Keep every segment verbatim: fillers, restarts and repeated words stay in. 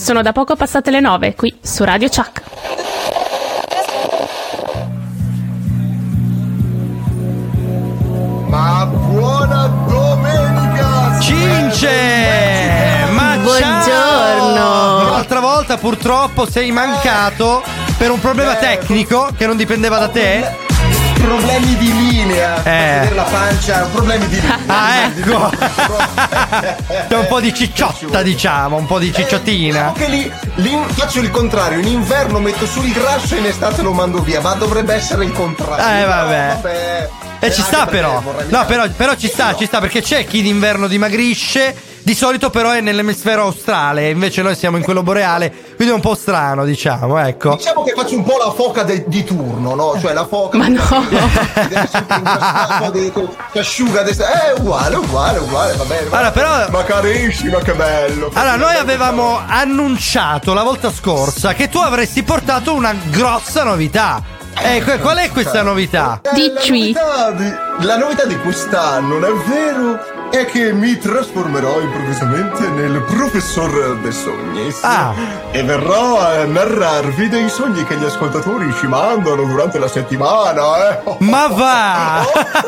Sono da poco passate le nove, qui su Radio Chuck. Ma buona domenica! Cince! Ma buongiorno! L'altra volta purtroppo sei mancato per un problema tecnico che non dipendeva da te? Problemi di linea, eh. vedere la pancia, problemi di linea. Ah, ecco. C'è un po' di cicciotta, diciamo, un po' di cicciottina. Eh, che lì, lì faccio il contrario, in inverno metto sul grasso e in estate lo mando via, ma dovrebbe essere il contrario. Eh vabbè. No, vabbè. E eh, ci sta però. No, però, però ci sta, no. ci sta perché c'è chi d'inverno dimagrisce. Di solito però è nell'emisfero australe, invece noi siamo in quello boreale, quindi è un po' strano, diciamo, ecco. Diciamo che faccio un po' la foca de- di turno, no? Cioè la foca. Ma no! Deve sempre ingrassare, si asciuga a destra. È uguale, uguale, uguale, va bene. Allora, però. Ma carissima, che bello. Che allora, bello, noi avevamo annunciato la volta scorsa che tu avresti portato una grossa novità. Eh, qual è questa novità? Di la, novità di, la novità di quest'anno, non è vero? È che mi trasformerò improvvisamente nel professor dei sogni. Ah. E verrò a narrarvi dei sogni che gli ascoltatori ci mandano durante la settimana. Eh. Ma va!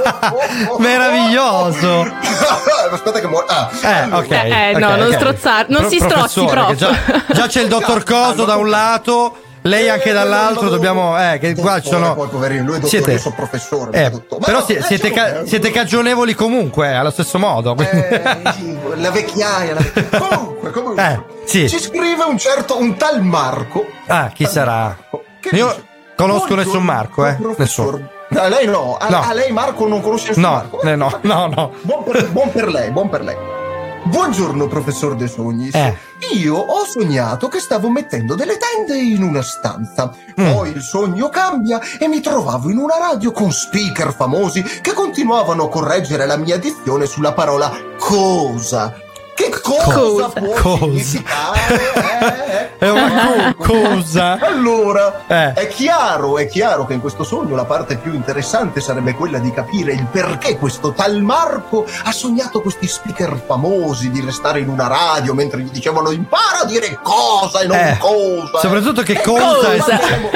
Meraviglioso! Aspetta che muore. Ah, eh, allora. ok. Eh, okay, no, okay. non strozzare, non Pro- si strozzi proprio. Già, già c'è il dottor Coso da un lato. Lei anche dall'altro, dobbiamo. Eh, che qua ci sono. Poi, poverino, lui è dottore, siete, io sono professore. Eh, però no, si, siete, ca- siete cagionevoli comunque, allo stesso modo. Eh, la vecchiaia. La vecchiaia. Comunque, comunque. Eh, sì. Ci scrive un certo, un tal Marco. Ah, chi sarà? Io dice? Conosco Buongiorno, nessun Marco, eh. Nessuno. A lei no. A, no. a lei Marco non conosce nessun no, Marco. Eh, no, no, no. Buon per, buon per lei, buon per lei. Buongiorno professor De Sogni. Eh. Io ho sognato che stavo mettendo delle tende in una stanza. Mm. Poi il sogno cambia e mi trovavo in una radio con speaker famosi che continuavano a correggere la mia dizione sulla parola cosa. Che cosa, cosa può cosa. significare? Eh, eh. È una co- cosa. Allora, eh. è chiaro, è chiaro che in questo sogno la parte più interessante sarebbe quella di capire il perché questo tal Marco ha sognato questi speaker famosi di restare in una radio mentre gli dicevano impara a dire cosa e non eh. cosa. Soprattutto che e cosa. Cosa?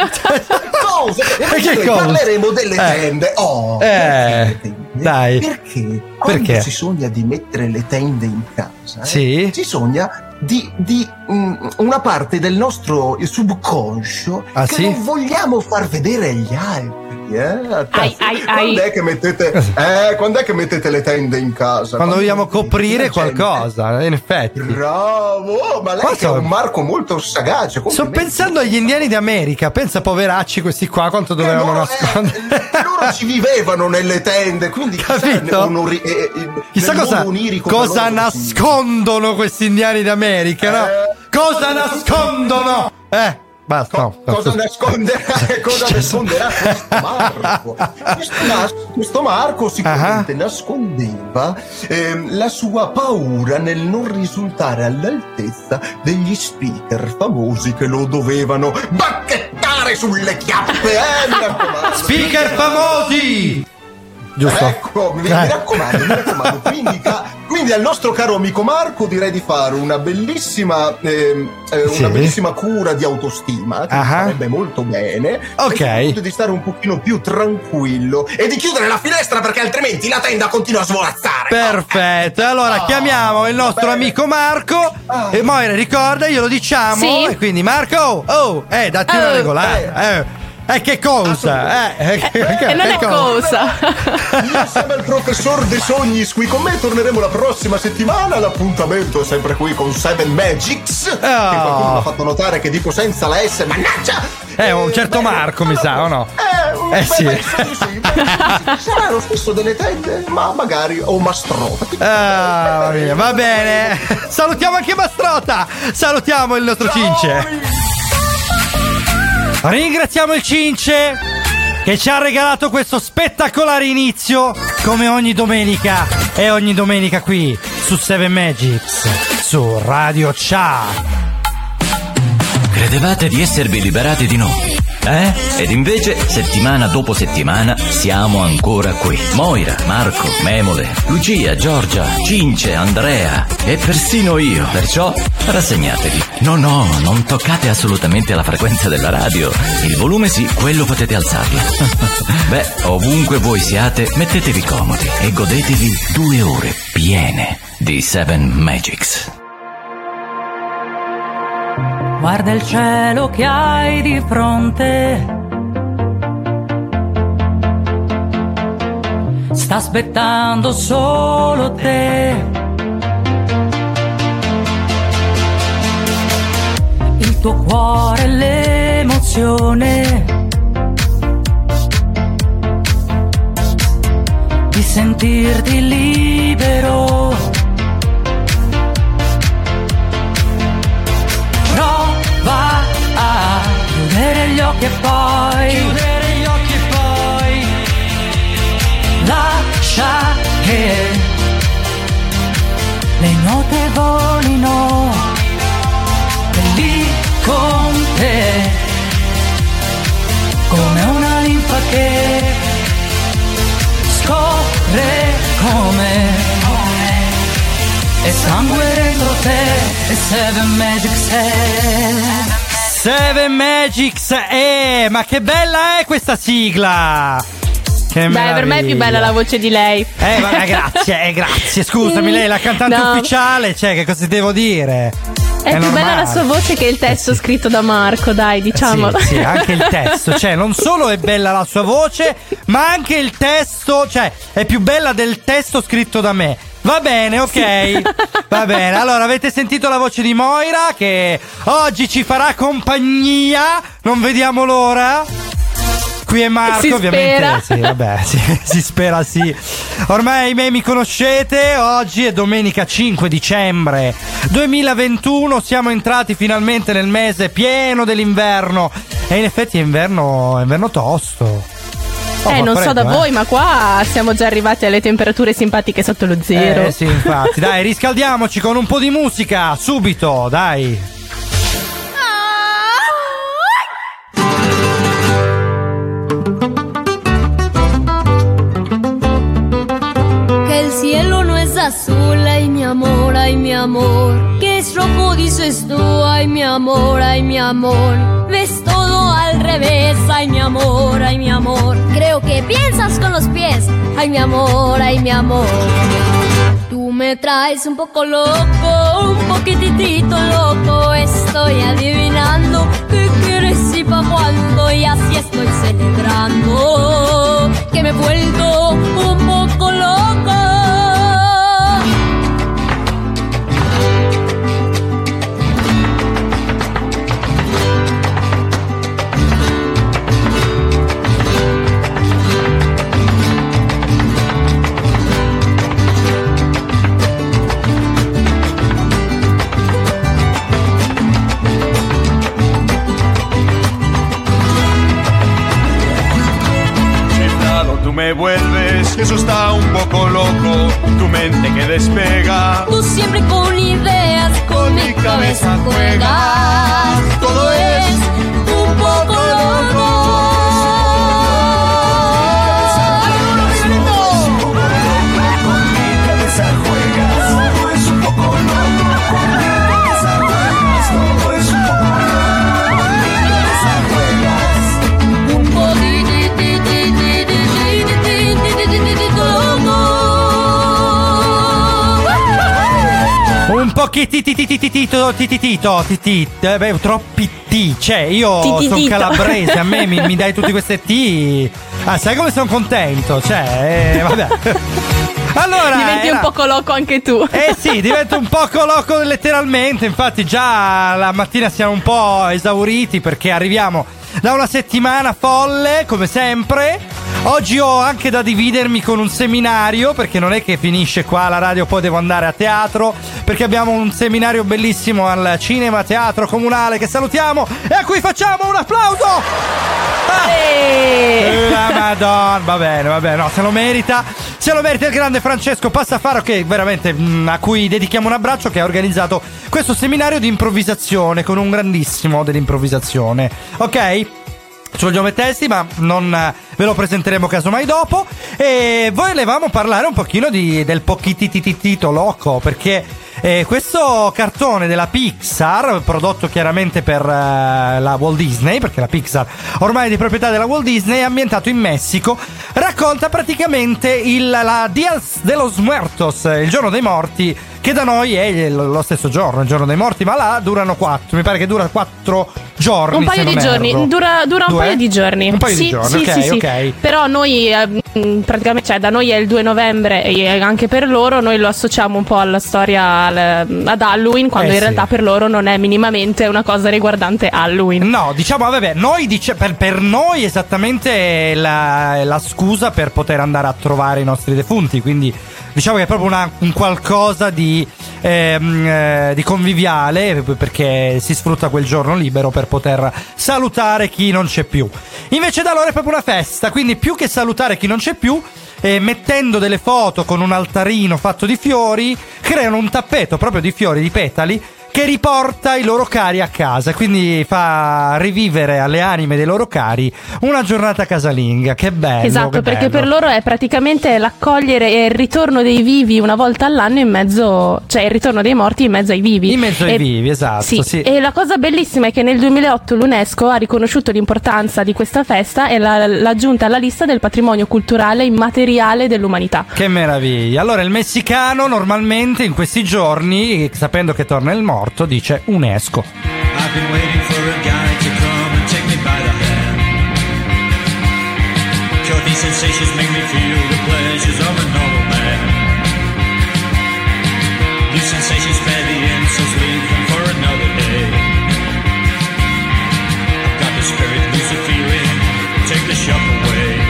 cosa? E che cosa? Parleremo delle tende. Eh. Oh, eh. perché tende? Dai. Perché quando perché? si sogna di mettere le tende in casa, eh, sì? si sogna di, di um, una parte del nostro subconscio ah, che sì? non vogliamo far vedere agli altri. Eh? Ai, ai, quando ai. è che mettete eh, quando è che mettete le tende in casa? Quando, quando vogliamo coprire gente... qualcosa, in effetti. Bravo, ma lei Cosa? è un Marco molto sagace. Sto pensando agli indiani d'America, pensa poveracci questi qua quanto dovevano eh, no, nascondere. Eh, loro ci vivevano nelle tende, quindi capito? Un, eh, eh, chissà cosa, cosa nascondono questi indiani d'America, no? Eh, cosa nascondono? Eh Basta, Co- no, no, cosa nasconderà, cosa nasconderà questo Marco? Questo, nas- questo Marco sicuramente uh-huh. nascondeva eh, la sua paura nel non risultare all'altezza degli speaker famosi che lo dovevano bacchettare sulle chiappe. Eh, mi raccomando. Speaker famosi! Giusto. Ecco, mi, mi raccomando, mi raccomando. Quindi, ca- quindi al nostro caro amico Marco direi di fare una bellissima eh, eh, sì. una bellissima cura di autostima che uh-huh. farebbe molto bene. Ok. E di stare un pochino più tranquillo e di chiudere la finestra perché altrimenti la tenda continua a svolazzare. Perfetto. Allora oh, chiamiamo il nostro bene. amico Marco oh. e Moira ricorda, glielo diciamo sì. e quindi Marco, oh, eh, datti oh. una regolare. Eh. eh. Eh che cosa? Eh, eh, eh, che, non che è cosa. Io sono il professor De Sognis qui con me, torneremo la prossima settimana. L'appuntamento è sempre qui con Seven Magics. Oh. Che qualcuno mi ha fatto notare che dico senza la S, mannaggia! Eh, un certo beh, Marco mi sa, o no? Eh, eh beh, sì. Beh, sì, sì, beh, sarà lo stesso delle tende, ma magari o Mastrota. Ah, mia, va bene. Salutiamo anche Mastrota. Salutiamo il nostro Ciao. Cince. Ringraziamo il Cince che ci ha regalato questo spettacolare inizio come ogni domenica e ogni domenica qui su Seven Magics su Radio Chuck. Credevate di esservi liberati di noi? Eh? Ed invece, settimana dopo settimana, siamo ancora qui. Moira, Marco, Memole, Lucia, Giorgia, Cince, Andrea e persino io. Perciò rassegnatevi. No, no, non toccate assolutamente la frequenza della radio. Il volume sì, quello potete alzarlo. Beh, ovunque voi siate, mettetevi comodi e godetevi due ore piene di Seven Magics. Guarda il cielo che hai di fronte, sta aspettando solo te. Il tuo cuore, l'emozione di sentirti libero. Prova a chiudere gli occhi e poi chiudere gli occhi e poi lascia che le note volino e lì con te come una linfa che scorre come e sangue dentro te e Seven Magics è Seven Magics è ma che bella è questa sigla! Che Beh, per me è più bella la voce di lei. Eh, vabbè, grazie, eh, grazie. Scusami, lei è la cantante No. ufficiale, cioè, che cosa ti devo dire? È, più normale. bella la sua voce che il testo Eh, sì. scritto da Marco, dai, diciamolo. Sì, sì, anche il testo, cioè non solo è bella la sua voce, ma anche il testo, cioè è più bella del testo scritto da me. Va bene, ok. Va bene. Allora, avete sentito la voce di Moira che oggi ci farà compagnia. Non vediamo l'ora. Qui è Marco, Si ovviamente. spera. Sì, vabbè, sì, si spera sì. Ormai me mi conoscete. Oggi è domenica cinque dicembre duemilaventuno. Siamo entrati finalmente nel mese pieno dell'inverno. E in effetti è inverno, è inverno tosto. Oh, Eh, fa non so freddo, da eh. voi, ma qua siamo già arrivati alle temperature simpatiche sotto lo zero. Eh sì, infatti. Dai, riscaldiamoci con un po' di musica. Subito, dai. Que el cielo no es azul, ay mi amor, ay mi amor. Que es rojo, dices tú, ay mi amor, ay mi amor. Ves todo al revés, ay mi amor, ay mi amor. Creo que piensas con los pies, ay mi amor, ay mi amor. Tú me traes un poco loco, un poquitito loco. Estoy adivinando qué quieres y pa' cuándo. Y así estoy celebrando que me he vuelto un poco loca. Tú me vuelves, eso está un poco loco, tu mente que despega. Tú siempre con ideas, con mi cabeza juegas. Todo es un poco loco. Un po' chi ti ti ti ti ti ti to- ti ti ti to- ti ti eh, beh, troppi T, cioè io sono Tititito. calabrese, a me mi, mi dai tutti queste T. Ah, sai come sono contento, cioè, eh, vabbè. Allora, Diventi era- un poco loco anche tu. Eh sì, divento un poco loco letteralmente. Infatti già la mattina siamo un po' esauriti perché arriviamo da una settimana folle, come sempre. Oggi ho anche da dividermi con un seminario, perché non è che finisce qua la radio, poi devo andare a teatro, perché abbiamo un seminario bellissimo al Cinema Teatro Comunale che salutiamo e a cui facciamo un applauso. Ah! Eh. La Madonna, va bene, va bene, no, se lo merita. Se lo merita il grande Francesco Passafaro, che veramente mh, a cui dedichiamo un abbraccio, che ha organizzato questo seminario di improvvisazione con un grandissimo dell'improvvisazione. Ok? sul Giove Testi, ma non ve lo presenteremo casomai dopo. E volevamo parlare un pochino di, del Pochitititito Loco, perché eh, questo cartone della Pixar, prodotto chiaramente per eh, la Walt Disney, perché la Pixar ormai è di proprietà della Walt Disney, ambientato in Messico, racconta praticamente il, la Dias de los Muertos, il giorno dei morti, che da noi è lo stesso giorno, il giorno dei morti, ma là durano quattro, mi pare che dura quattro giorni. Un paio se di non giorni, erro. dura, dura un Due? paio di giorni. Un paio sì, di giorni, sì, ok, sì, sì. ok. Però noi eh, praticamente, cioè da noi è il due novembre e anche per loro noi lo associamo un po' alla storia al, ad Halloween, quando Eh, in sì. realtà per loro non è minimamente una cosa riguardante Halloween. No, diciamo, vabbè, noi dice, per, per noi esattamente la, la scusa per poter andare a trovare i nostri defunti, quindi diciamo che è proprio una, un qualcosa di, ehm, eh, di conviviale, perché si sfrutta quel giorno libero per poter salutare chi non c'è più. Invece da loro è proprio una festa, quindi più che salutare chi non c'è più, eh, mettendo delle foto con un altarino fatto di fiori, creano un tappeto proprio di fiori, di petali, che riporta i loro cari a casa, quindi fa rivivere alle anime dei loro cari una giornata casalinga. Che bello, Esatto, che perché bello. per loro è praticamente l'accogliere e il ritorno dei vivi una volta all'anno in mezzo, cioè il ritorno dei morti in mezzo ai vivi. In mezzo ai E- vivi, esatto, Sì. sì. E la cosa bellissima è che nel duemilaotto l'UNESCO ha riconosciuto l'importanza di questa festa e l'ha, l'ha aggiunta alla lista del patrimonio culturale immateriale dell'umanità. Che meraviglia. Allora il messicano normalmente in questi giorni, sapendo che torna il morto, dice UNESCO. I've been waiting for a guy to come and take me by the hand. Sure, these sensations make me feel the pleasures of a normal man. These sensations spare the insults, leave them for another day. I've got the spirit, lose the feeling, take the shock away.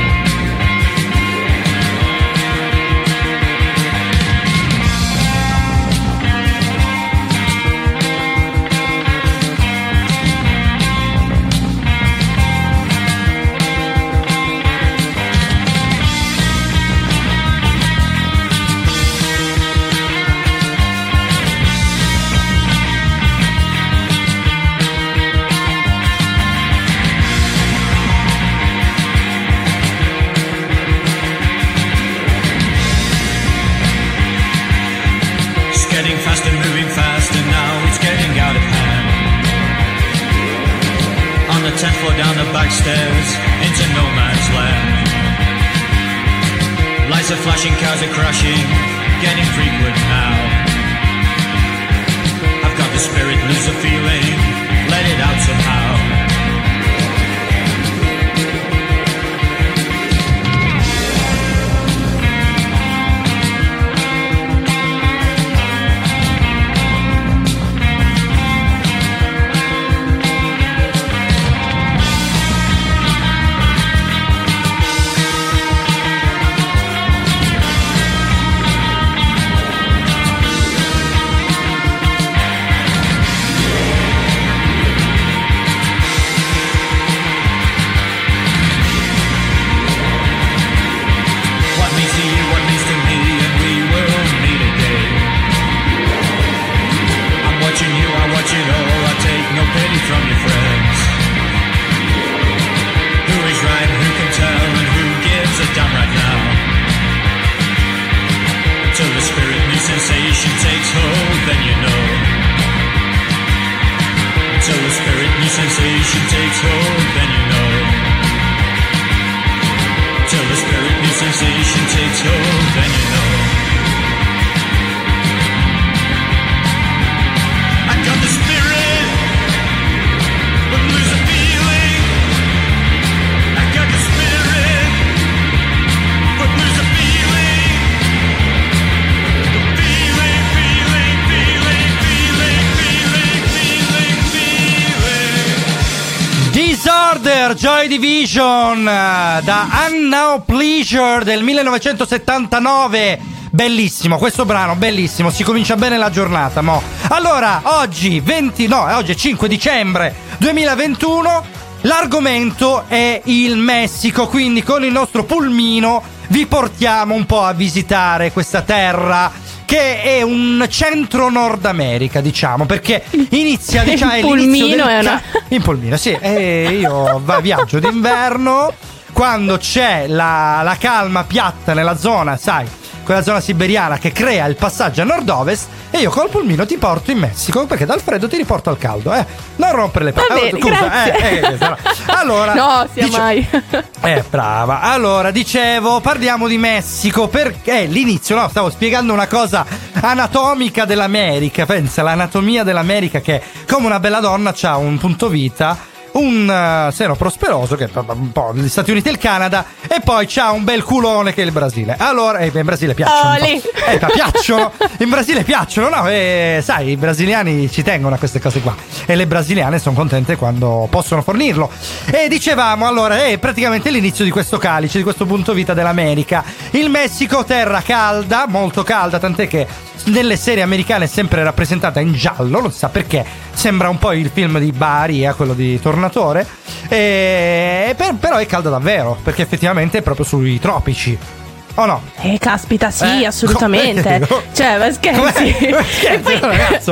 Getting faster, moving faster, now it's getting out of hand. On the tenth floor, down the back stairs, into no man's land. Lights are flashing, cars are crashing, getting frequent now. I've got the spirit, lose the feeling, let it out somehow. Sensation takes hold, then you know. Until the spirit new sensation takes hold, then you know. Till the spirit new sensation takes hold, then you know. I got the spirit, but lose the feeling. I got the spirit, but lose the feeling. Disorder, Joy Division, da Unknown Pleasure del millenovecentosettantanove. Bellissimo questo brano, bellissimo, si comincia bene la giornata, mo. Allora, oggi venti, no, oggi è cinque dicembre duemilaventuno, l'argomento è il Messico, quindi con il nostro pulmino vi portiamo un po' a visitare questa terra che è un centro Nord America, diciamo, perché inizia, diciamo, in è l'inizio pulmino del è una... in pulmino, sì, e io va, viaggio d'inverno quando c'è la, la calma piatta nella zona, sai, quella zona siberiana che crea il passaggio a nord-ovest, e io col pulmino ti porto in Messico, perché dal freddo ti riporto al caldo, eh. Non rompere le palle. Va bene, Scusa, grazie. eh, eh, no. Allora, no, sia dice... mai. Eh, brava. Allora, dicevo, parliamo di Messico, perché l'inizio, no, stavo spiegando una cosa anatomica dell'America. Pensa, l'anatomia dell'America, che come una bella donna c'ha un punto vita, un uh, seno prosperoso, che è un po' gli Stati Uniti e il Canada, e poi c'ha un bel culone che è il Brasile. Allora, eh, in Brasile piacciono, oh, lì. eh, piacciono in Brasile piacciono, no? E sai, i brasiliani ci tengono a queste cose qua, e le brasiliane sono contente quando possono fornirlo. E dicevamo, allora, è praticamente l'inizio di questo calice, di questo punto vita dell'America. Il Messico, terra calda, molto calda, tant'è che nelle serie americane è sempre rappresentata in giallo, non si sa perché, sembra un po' il film di Bahia, quello di Tornatore, e per, però è calda davvero, perché effettivamente è proprio sui tropici. O no? Eh, caspita, sì, eh, assolutamente. come? Cioè, ma scherzi. Come? Scherzi, E poi... ragazzo.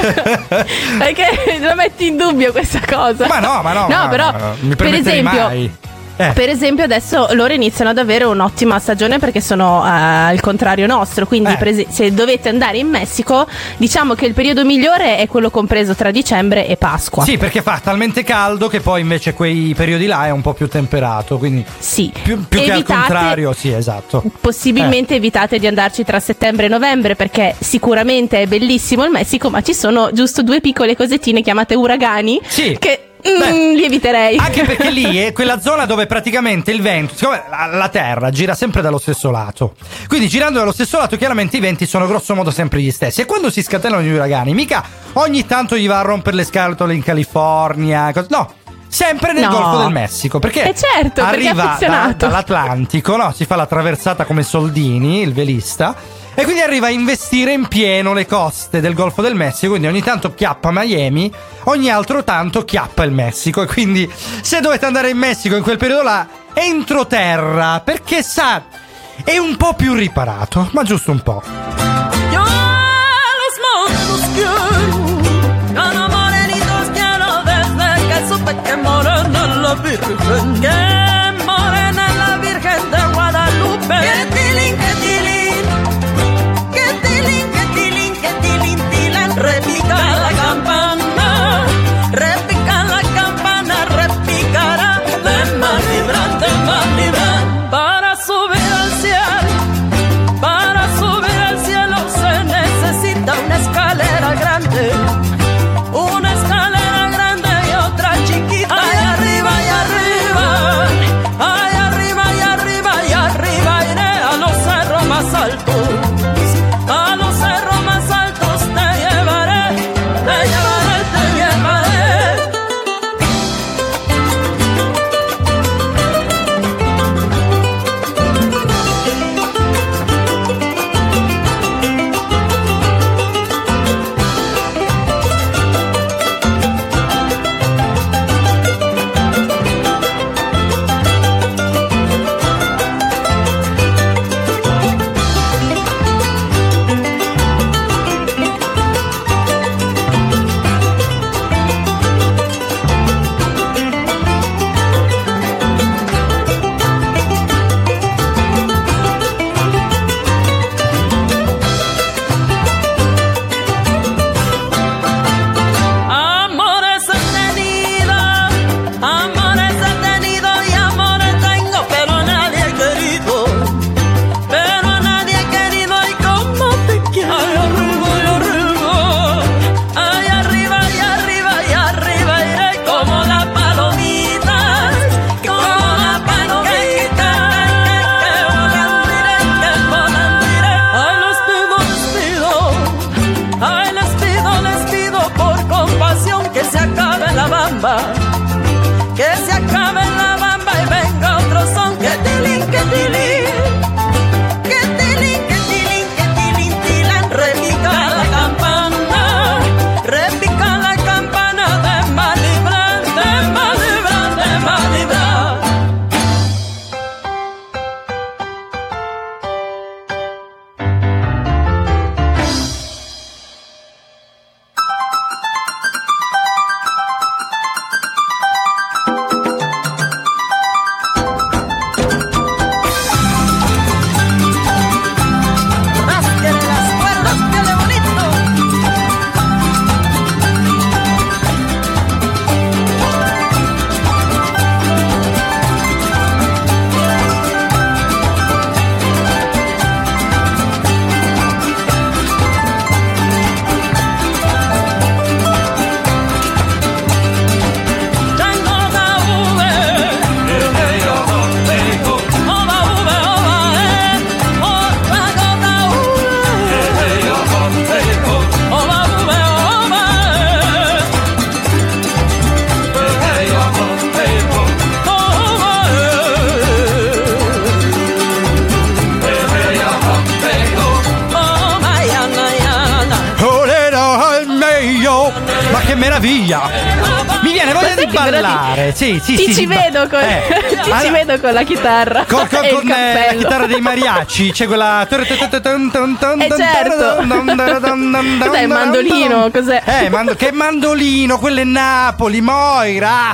Perché lo metti in dubbio questa cosa? Ma no, ma no. No, ma però, no, no, mi per esempio... mai. Eh. Per esempio adesso loro iniziano ad avere un'ottima stagione perché sono uh, al contrario nostro, quindi Eh. per es- se dovete andare in Messico, diciamo che il periodo migliore è quello compreso tra dicembre e Pasqua. Sì, perché fa talmente caldo che poi invece quei periodi là è un po' più temperato, quindi Sì. più, più che al Evitate- contrario, sì, esatto. Possibilmente evitate di andarci tra settembre e novembre, perché sicuramente è bellissimo il Messico, ma ci sono giusto due piccole cosettine chiamate uragani Sì. che Beh, mm, li eviterei. Anche perché lì è quella zona dove praticamente il vento, siccome la, la terra gira sempre dallo stesso lato, quindi girando dallo stesso lato chiaramente i venti sono grosso modo sempre gli stessi, e quando si scatenano gli uragani mica ogni tanto gli va a rompere le scatole in California, cos- no, sempre nel No. Golfo del Messico, perché Eh certo, perché è arriva da, affezionato. dall'Atlantico, no? Si fa la traversata come Soldini, il velista, e quindi arriva a investire in pieno le coste del Golfo del Messico, quindi ogni tanto chiappa Miami, ogni altro tanto chiappa il Messico, e quindi se dovete andare in Messico in quel periodo là, entroterra, perché sa, è un po' più riparato, ma giusto un po'. Yo los monstruos quiero, gana morenitos quiero desde que supe que morena es la Virgen, que morena es la Virgen de Guadalupe. Que tilín, que tilín, que tilín, que tilín, que tilín, tilín, repica la campana, repica la campana, repicará de más vibrante, más vibrante, para subir al cielo. Para subir al cielo se necesita una escalera grande, una escalera grande y otra chiquita. Allá arriba, allá arriba, meraviglia! Mi viene voglia di ballare. Sì, sì, ti sì. ci di ba- vedo con, Eh. ti ci Allora- vedo con la chitarra Con, con, e il con, eh, la cappello. chitarra dei mariachi c'è quella. Eh, certo. Cos'è, il mandolino? Cos'è? Eh, mando- che mandolino? Quello è Napoli, Moira.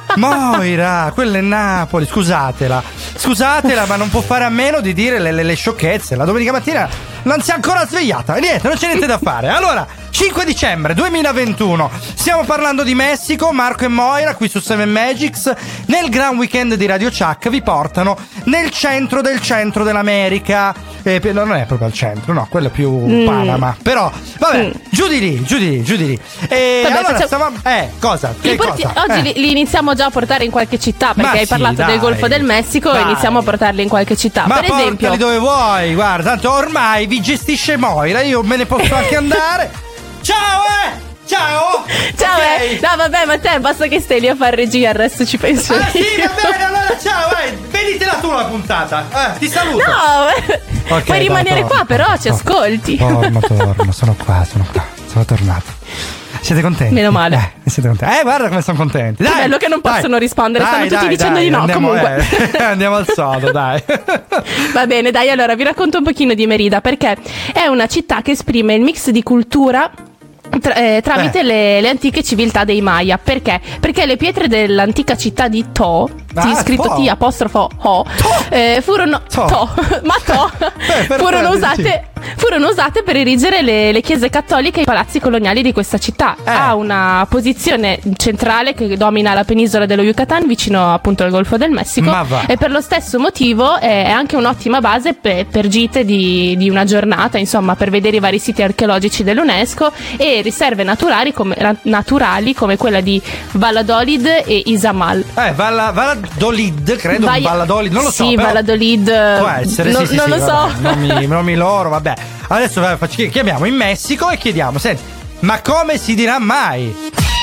Moira, quello è Napoli. Scusatela, scusatela, ma non può fare a meno di dire le, le, le sciocchezze. La domenica mattina non si è ancora svegliata. E niente, non c'è niente da fare. Allora, cinque dicembre duemilaventuno, stiamo parlando di Messico. Marco e Moira qui su Seven Magics nel gran weekend di Radio Chuck vi portano nel centro del centro dell'America. Eh, pe- non è proprio al centro, no, quello è più Mm. Panama. Però, vabbè, Mm. giù di lì, giù di lì, giù di lì. E Vabbè, allora facciamo- stavamo. Eh, cosa? Li Che porti- cosa? Oggi Eh. li, li iniziamo già a portare in qualche città, perché Ma hai sì, parlato dai. del Golfo del Messico Dai. e iniziamo a portarli in qualche città. Ma per esempio, portali dove vuoi, guarda, tanto ormai vi gestisce Moira, io me ne posso anche andare. Ciao, eh! Ciao! ciao, Ok. eh. No, vabbè, ma te basta che stai lì a fare regia, il resto ci penso Ah io. sì, va bene, allora ciao, eh! Veditela tu la puntata. Eh, ti saluto. No, eh, Ok, puoi dai, rimanere torno. qua, però ci Torno. ascolti. Torno, torno, sono qua, sono qua, sono tornato. Siete contenti? Meno male. Eh, siete contenti? Eh, guarda come sono contenti. Dai, Che bello che non dai. possono rispondere, Dai, stanno tutti dai, dicendo dai, di no, andiamo, comunque. eh, andiamo al sodo, dai. Va bene, dai, allora vi racconto un pochino di Merida, perché è una città che esprime il mix di cultura tra- eh, tramite Eh. le, le antiche civiltà dei Maya. Perché? Perché le pietre dell'antica città di To, Ah, scritto To. T apostrofo O, eh, furono To. To, ma To perfetto, furono sì. usate furono usate per erigere le, le chiese cattoliche e i palazzi coloniali di questa città. Eh. Ha una posizione centrale che domina la penisola dello Yucatan, vicino appunto al Golfo del Messico, Ma va. e per lo stesso motivo è anche un'ottima base per, per gite di, di una giornata, insomma, per vedere i vari siti archeologici dell'UNESCO e riserve naturali come, ra- naturali come quella di Valladolid e Izamal. Eh, Valla, Valladolid, credo, Vai- Valladolid, non lo so. Sì, però Valladolid. può essere, non, sì, sì, non sì, lo vabbè, so. Nomi, nomi loro, vabbè. Adesso vai, facci- chiamiamo in Messico e chiediamo, senti, ma come si dirà mai?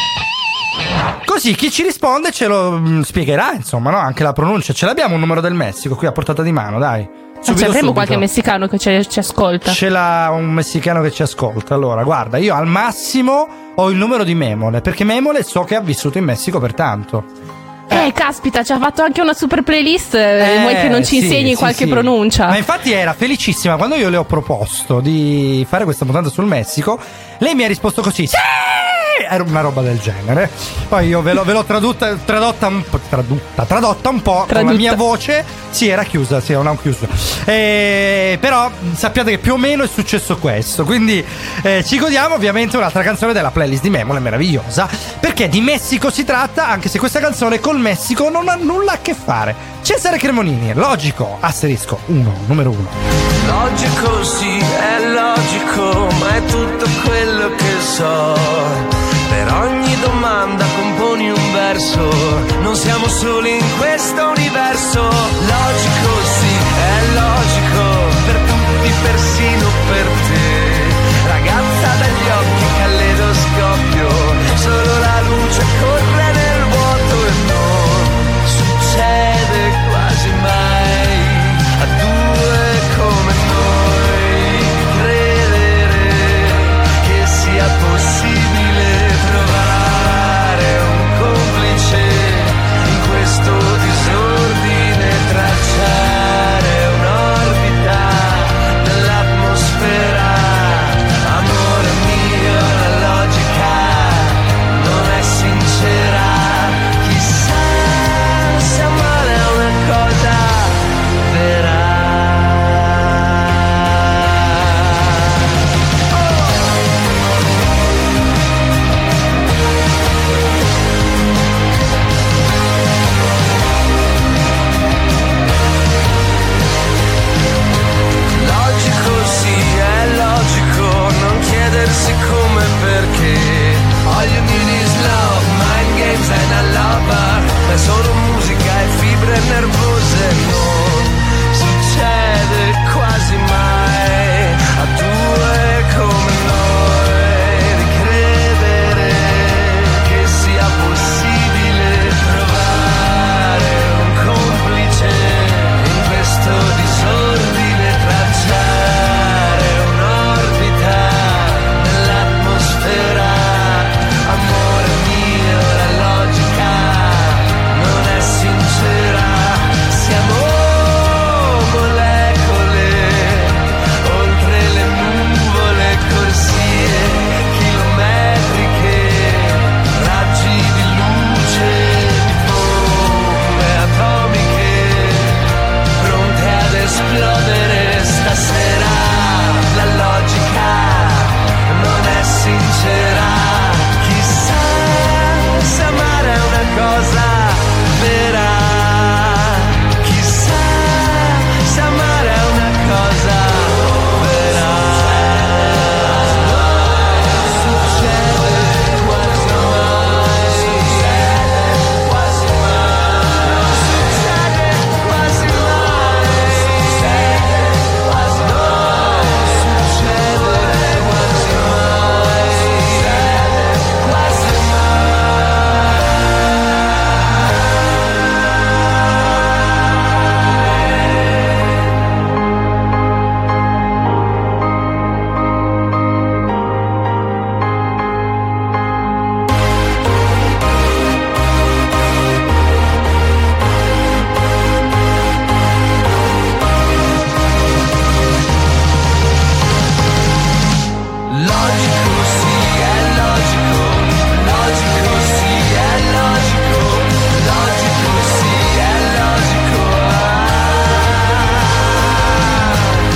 Così chi ci risponde ce lo mm, spiegherà, insomma, no? Anche la pronuncia. Ce l'abbiamo un numero del Messico qui a portata di mano, dai. Ma Subito, ci avremo subito. qualche messicano che ci, ci ascolta. Ce l'ha un messicano che ci ascolta. Allora, guarda, io al massimo ho il numero di Memole, perché Memole so che ha vissuto in Messico per tanto. Eh, caspita, ci ha fatto anche una super playlist. Eh, vuoi che non ci sì, insegni sì, qualche sì. pronuncia? Ma infatti era felicissima quando io le ho proposto di fare questa puntata sul Messico. Lei mi ha risposto così: sì! Era una roba del genere. Poi io ve l'ho, ve l'ho tradotta, tradotta un po', tradotta, tradotta un po' con la Tradotta. mia voce. Sì, era chiusa, sì, non ho chiuso. Eh, però sappiate che più o meno è successo questo. Quindi eh, ci godiamo ovviamente un'altra canzone della playlist di Memole, meravigliosa. Perché di Messico si tratta, anche se questa canzone col Messico non ha nulla a che fare. Cesare Cremonini, logico, asterisco, uno, numero uno. Logico sì, è logico, ma è tutto quello che so. Per ogni domanda componi un verso, non siamo soli in questo universo. Logico sì, è logico, per tutti, persino per te. Ragazza dagli occhi, caleidoscopio, solo la luce corre nel vuoto e non succede quasi mai a due come noi credere che sia possibile trovare un complice in questo disordine, tracciare un'orbita nell'atmosfera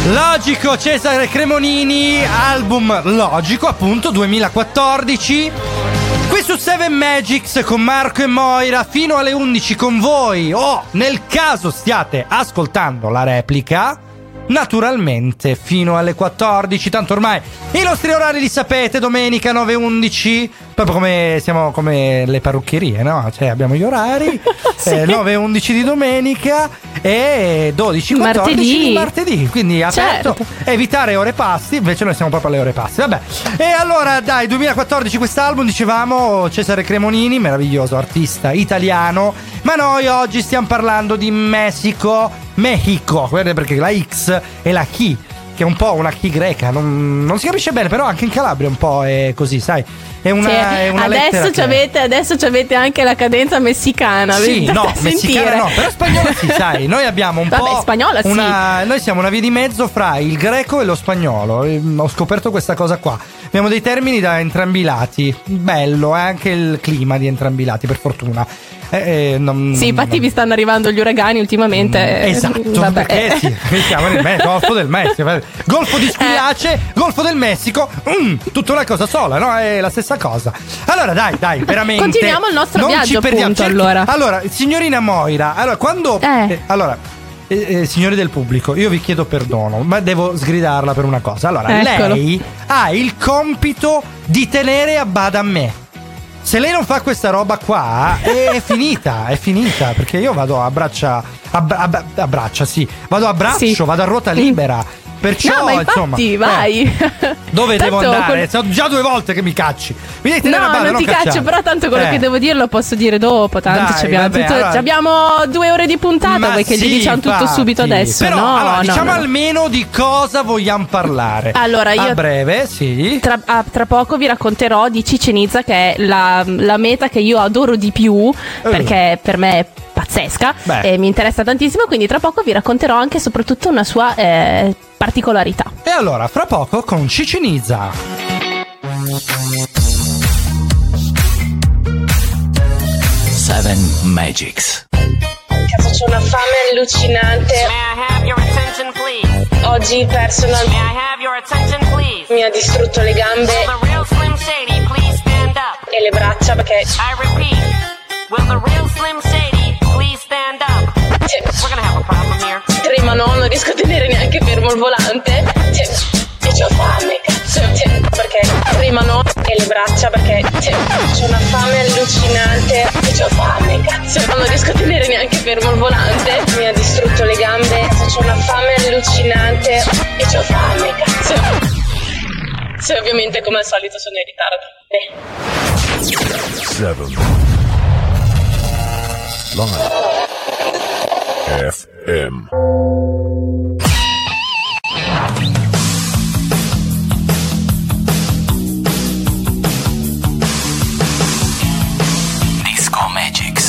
Logico, Cesare Cremonini, album Logico, appunto, duemilaquattordici. Qui su Seven Magics con Marco e Moira fino alle undici con voi, o nel caso stiate ascoltando la replica, naturalmente fino alle quattordici. Tanto ormai i nostri orari li sapete, domenica nove undici, proprio come siamo come le parrucchierie, no? Cioè abbiamo gli orari, sì. eh, nove undici di domenica e dodici quattordici di martedì, quindi aperto, certo. Evitare ore pasti, invece noi siamo proprio alle ore pasti, vabbè. E allora dai, duemilaquattordici quest'album, dicevamo, Cesare Cremonini, meraviglioso artista italiano, ma noi oggi stiamo parlando di Messico, Mexico, guardate, perché la X e la Chi, che è un po' una Chi greca, non, non si capisce bene, però anche in Calabria un po' è così, sai. È una, sì, è una adesso che... c'avete, adesso c'avete anche la cadenza messicana. Sì, no, messicana no, però spagnola sì, sai. Noi abbiamo un Vabbè, po' spagnola una, sì. Noi siamo una via di mezzo fra il greco e lo spagnolo. Ho scoperto questa cosa qua. Abbiamo dei termini da entrambi i lati. Bello, è anche il clima di entrambi i lati, per fortuna. Eh, eh, non, sì, infatti non... vi stanno arrivando gli uragani ultimamente. Mm, esatto, vabbè. perché sì, siamo nel Me- Golfo del Messico, Golfo di Squillace, eh. Golfo del Messico, mm, tutta una cosa sola, no? È la stessa cosa. Allora, dai, dai, veramente. Continuiamo il nostro non viaggio, ci perdiamo. appunto, Cerchi... allora. Allora, signorina Moira, allora quando eh. Eh, allora eh, eh, signori del pubblico, io vi chiedo perdono, ma devo sgridarla per una cosa. Allora, Eccolo. lei ha il compito di tenere a bada a me. Se lei non fa questa roba qua, è finita, è finita, perché io vado a braccia, a, a, a braccia, sì, vado a braccio, sì. Vado a ruota libera. Perciò, no, ma infatti, insomma, vai. Eh, dove tanto devo andare? Quel... Sono già due volte che mi cacci. Mi devi tenere no, a bada, non, non ti cacciare. caccio, però tanto quello eh. che devo dire lo posso dire dopo. Tanto Dai, abbiamo, vabbè, tutto, allora... abbiamo due ore di puntata, ma vuoi che sì, gli diciamo tutto infatti. subito adesso? Però, no, allora, no, diciamo no, almeno di cosa vogliamo parlare. Allora, io a breve, sì. Tra, a, tra poco vi racconterò di Cicenizza, che è la, la meta che io adoro di più, eh. perché per me è pazzesca Beh. e mi interessa tantissimo, quindi tra poco vi racconterò anche e soprattutto una sua eh, particolarità. E allora, fra poco con Cicenizza. Seven Magics. Cazzo, c'ho una fame allucinante. May I have your attention, please? Oggi personal. May I have your attention, please? Mi ha distrutto le gambe. Will the real Slim Shady please stand up? E le braccia, perché I repeat, will the real Slim Shady please stand up? Cioè, we're gonna have a problem here. Trema, no, non riesco a tenere neanche fermo il volante. Cioè, e c'ho fame, cazzo. Cioè, perché tremano e le braccia, perché cioè, c'ho una fame allucinante. E c'ho fame, cazzo. Non riesco a tenere neanche fermo il volante. Mi ha distrutto le gambe. C'ho una fame allucinante. E c'ho fame, cazzo. Sì, ovviamente come al solito sono in ritardo. Eh. Seven. Live. F M. Disco Magics.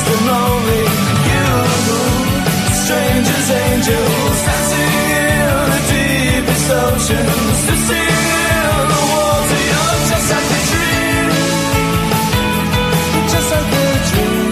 lost and lonely. You, strangers, angels, dancing in the deepest oceans to see the water. You're just like a dream, just like a dream.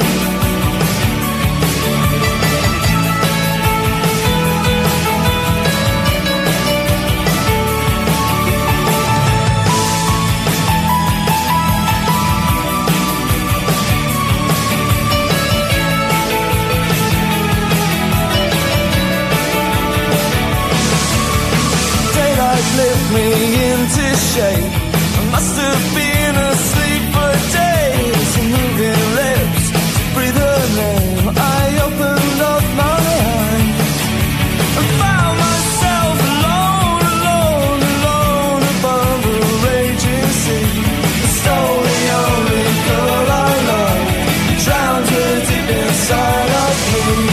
Lift me into shape. I must have been asleep for days. Moving lips, breathe her name. I opened up my eyes and found myself alone, alone, alone above the raging sea. Stole the only girl I love, drowned her deep inside of me.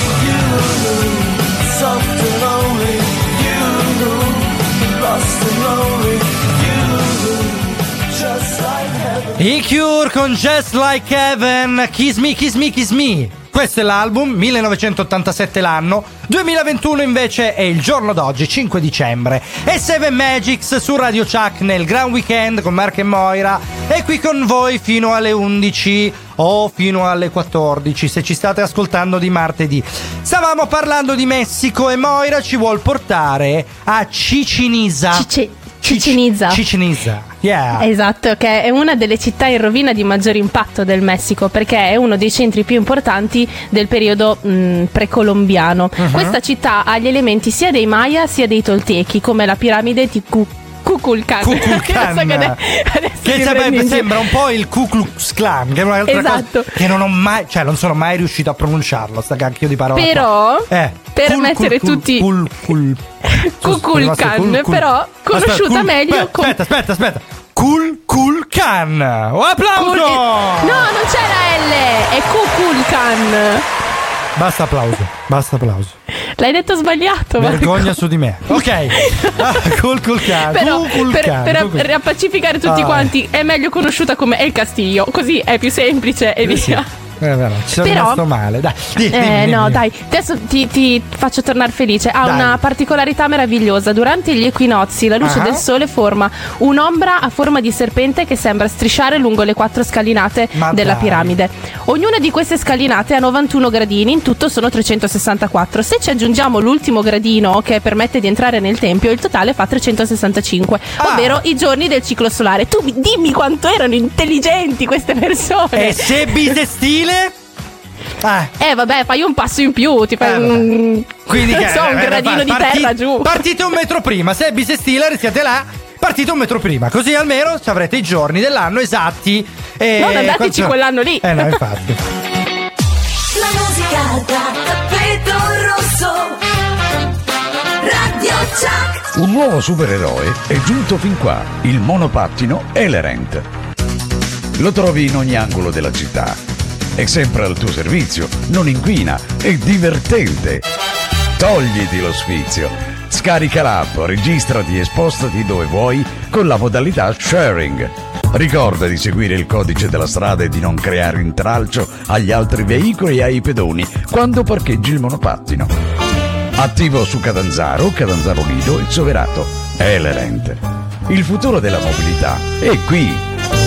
You, soft and lonely. You, lost and lonely, you, just like heaven. I Cure con Just Like Heaven, Kiss Me, Kiss Me, Kiss Me. Questo è l'album, millenovecentottantasette l'anno, duemilaventuno invece è il giorno d'oggi, cinque dicembre. E Seven Magics su Radio Chuck nel Gran Weekend con Marco e Moira. È qui con voi fino alle undici o fino alle quattordici se ci state ascoltando di martedì. Stavamo parlando di Messico e Moira ci vuol portare a Chichén Itzá. Cice- Chichén Itzá. Chichén Itzá, yeah. Esatto, che è una delle città in rovina di maggior impatto del Messico, perché è uno dei centri più importanti del periodo mh, precolombiano. Uh-huh. Questa città ha gli elementi sia dei Maya sia dei Toltechi, come la piramide di Ku- Kukulkan. Kukulkan. che che sembra, sembra un po' il Ku Klux Klan, che è un'altra esatto. cosa che non ho mai, cioè non sono mai riuscito a pronunciarlo, sta cacchio di parola. Però eh, per kul, mettere kul, tutti kul, kul, Kukulkan, però conosciuta aspetta, meglio aspetta, come aspetta, aspetta, aspetta. Kukulkan. Oh, applauso! Kul- eh, no, non c'è la L, è Kukulkan. Basta applauso, basta applauso. L'hai detto sbagliato. Vergogna Marco. su di me. Ok. Ah, Kukulkan. Però Kukulkan. per, per, Kukulkan. per appacificare tutti Ah, quanti è meglio conosciuta come El Castillo, così è più semplice e eh, via. sì. Eh, no, ci sono Però, rimasto male. Dai, di, eh, dimmi, dimmi, no, dimmi. dai, adesso ti, ti faccio tornare felice. Ha Dai. una particolarità meravigliosa. Durante gli equinozi, la luce Ah. del sole forma un'ombra a forma di serpente che sembra strisciare lungo le quattro scalinate Ma della dai. piramide. Ognuna di queste scalinate ha novantuno gradini, in tutto sono trecentosessantaquattro. Se ci aggiungiamo l'ultimo gradino che permette di entrare nel tempio, il totale fa trecentosessantacinque, Ah. ovvero i giorni del ciclo solare. Tu mi- dimmi quanto erano intelligenti queste persone. E se bisestile? Ah. Eh vabbè, fai un passo in più, ti fai Eh, un, Quindi non che so, un eh, gradino eh, di parti- terra giù. Partite un metro prima. Se è bisestile, restiate là. Partite un metro prima, così almeno avrete i giorni dell'anno esatti. E Non andateci quanto- quell'anno lì. Eh no, infatti. La musica da tappeto rosso. Radio Chuck. Un nuovo supereroe è giunto fin qua, il monopattino Elerent. Lo trovi in ogni angolo della città. È sempre al tuo servizio, non inquina, è divertente. Togliti lo sfizio. Scarica l'app, registrati e spostati dove vuoi con la modalità sharing. Ricorda di seguire il codice della strada e di non creare intralcio agli altri veicoli e ai pedoni quando parcheggi il monopattino. Attivo su Catanzaro, Catanzaro Lido e Soverato. Elerent. Il futuro della mobilità è qui.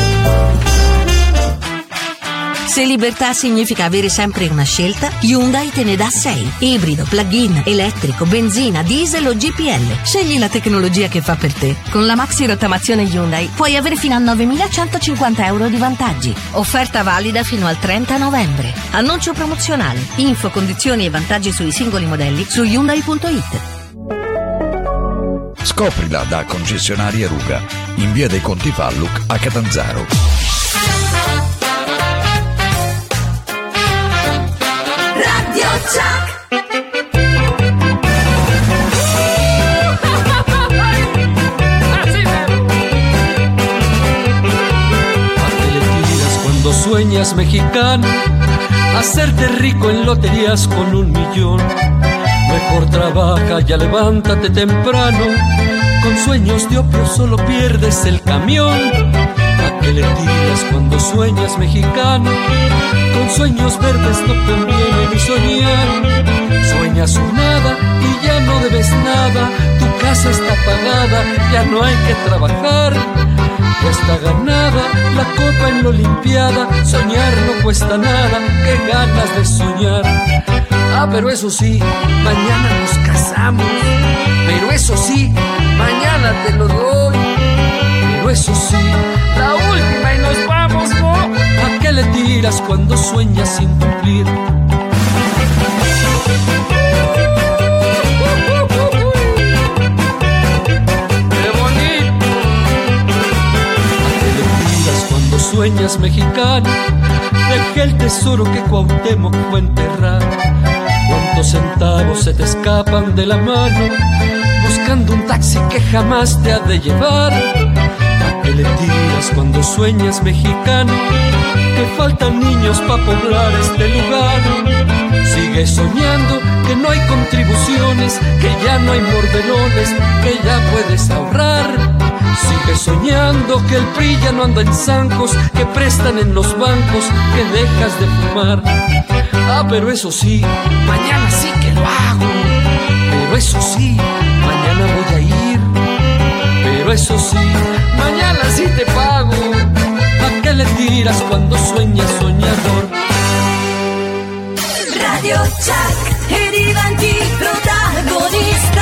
Se libertà significa avere sempre una scelta, Hyundai te ne dà sei. Ibrido, plug-in, elettrico, benzina, diesel o G P L. Scegli la tecnologia che fa per te. Con la maxi rottamazione Hyundai puoi avere fino a novemilacentocinquanta euro di vantaggi. Offerta valida fino al trenta novembre. Annuncio promozionale. Info, condizioni e vantaggi sui singoli modelli su Hyundai punto it. Scoprila da concessionaria Ruga, in via dei Conti Falluc a Catanzaro. Radio Chuck. Cuando sueñas mexicano, hacerte rico en loterías con un millón. Mejor trabaja, ya levántate temprano. Con sueños de opio solo pierdes el camión. qué le tiras cuando sueñas mexicano? Con sueños verdes no conviene ni soñar. Sueñas un nada y ya no debes nada. Tu casa está pagada, ya no hay que trabajar. Ya está ganada la copa en la olimpiada. Soñar no cuesta nada, qué ganas de soñar. Ah, pero eso sí, mañana nos casamos. Pero eso sí, mañana te lo doy. Pero eso sí, la última y nos vamos, ¿no? ¿A qué le tiras cuando sueñas sin cumplir? ¡Qué bonito! ¿A qué le tiras cuando sueñas mexicano? Dejé el tesoro que Cuauhtémoc fue a enterrar. ¿Cuántos centavos se te escapan de la mano buscando un taxi que jamás te ha de llevar? ¿A qué le tiras cuando sueñas mexicano? Que faltan niños pa' poblar este lugar. Sigue soñando que no hay contribuciones, que ya no hay mordelones, que ya puedes ahorrar. Sigue soñando que el P R I ya no anda en zancos, que prestan en los bancos, que dejas de fumar. Ah, pero eso sí, mañana sí que lo hago. Pero eso sí, mañana voy a ir. Pero eso sí, mañana sí te pago. ¿A qué le tiras cuando sueñas soñador? Radio Chuck e diventi protagonista.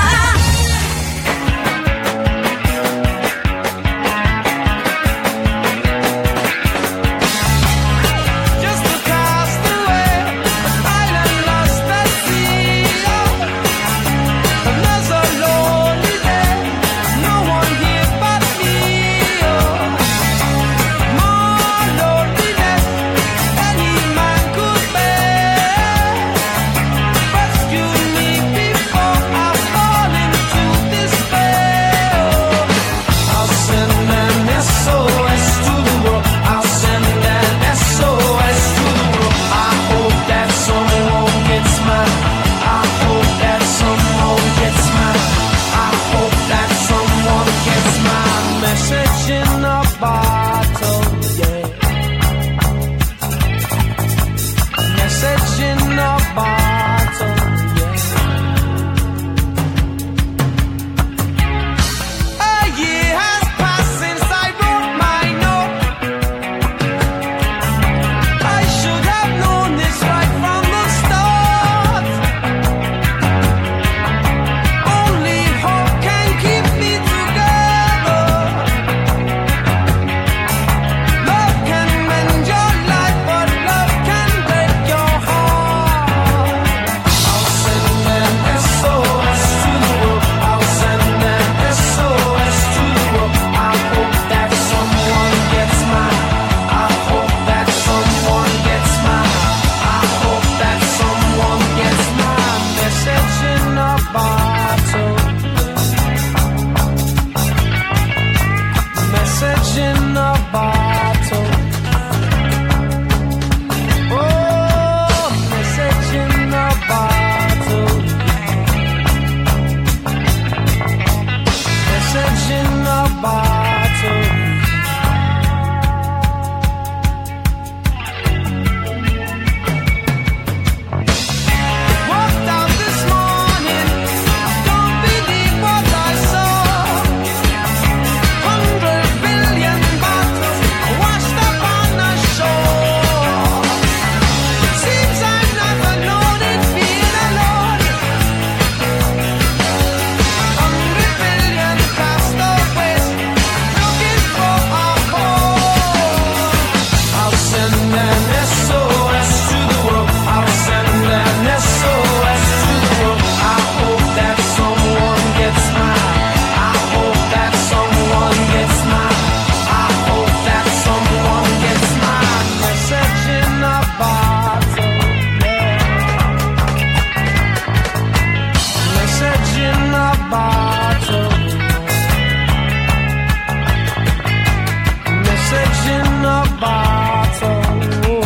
Message in a bottle.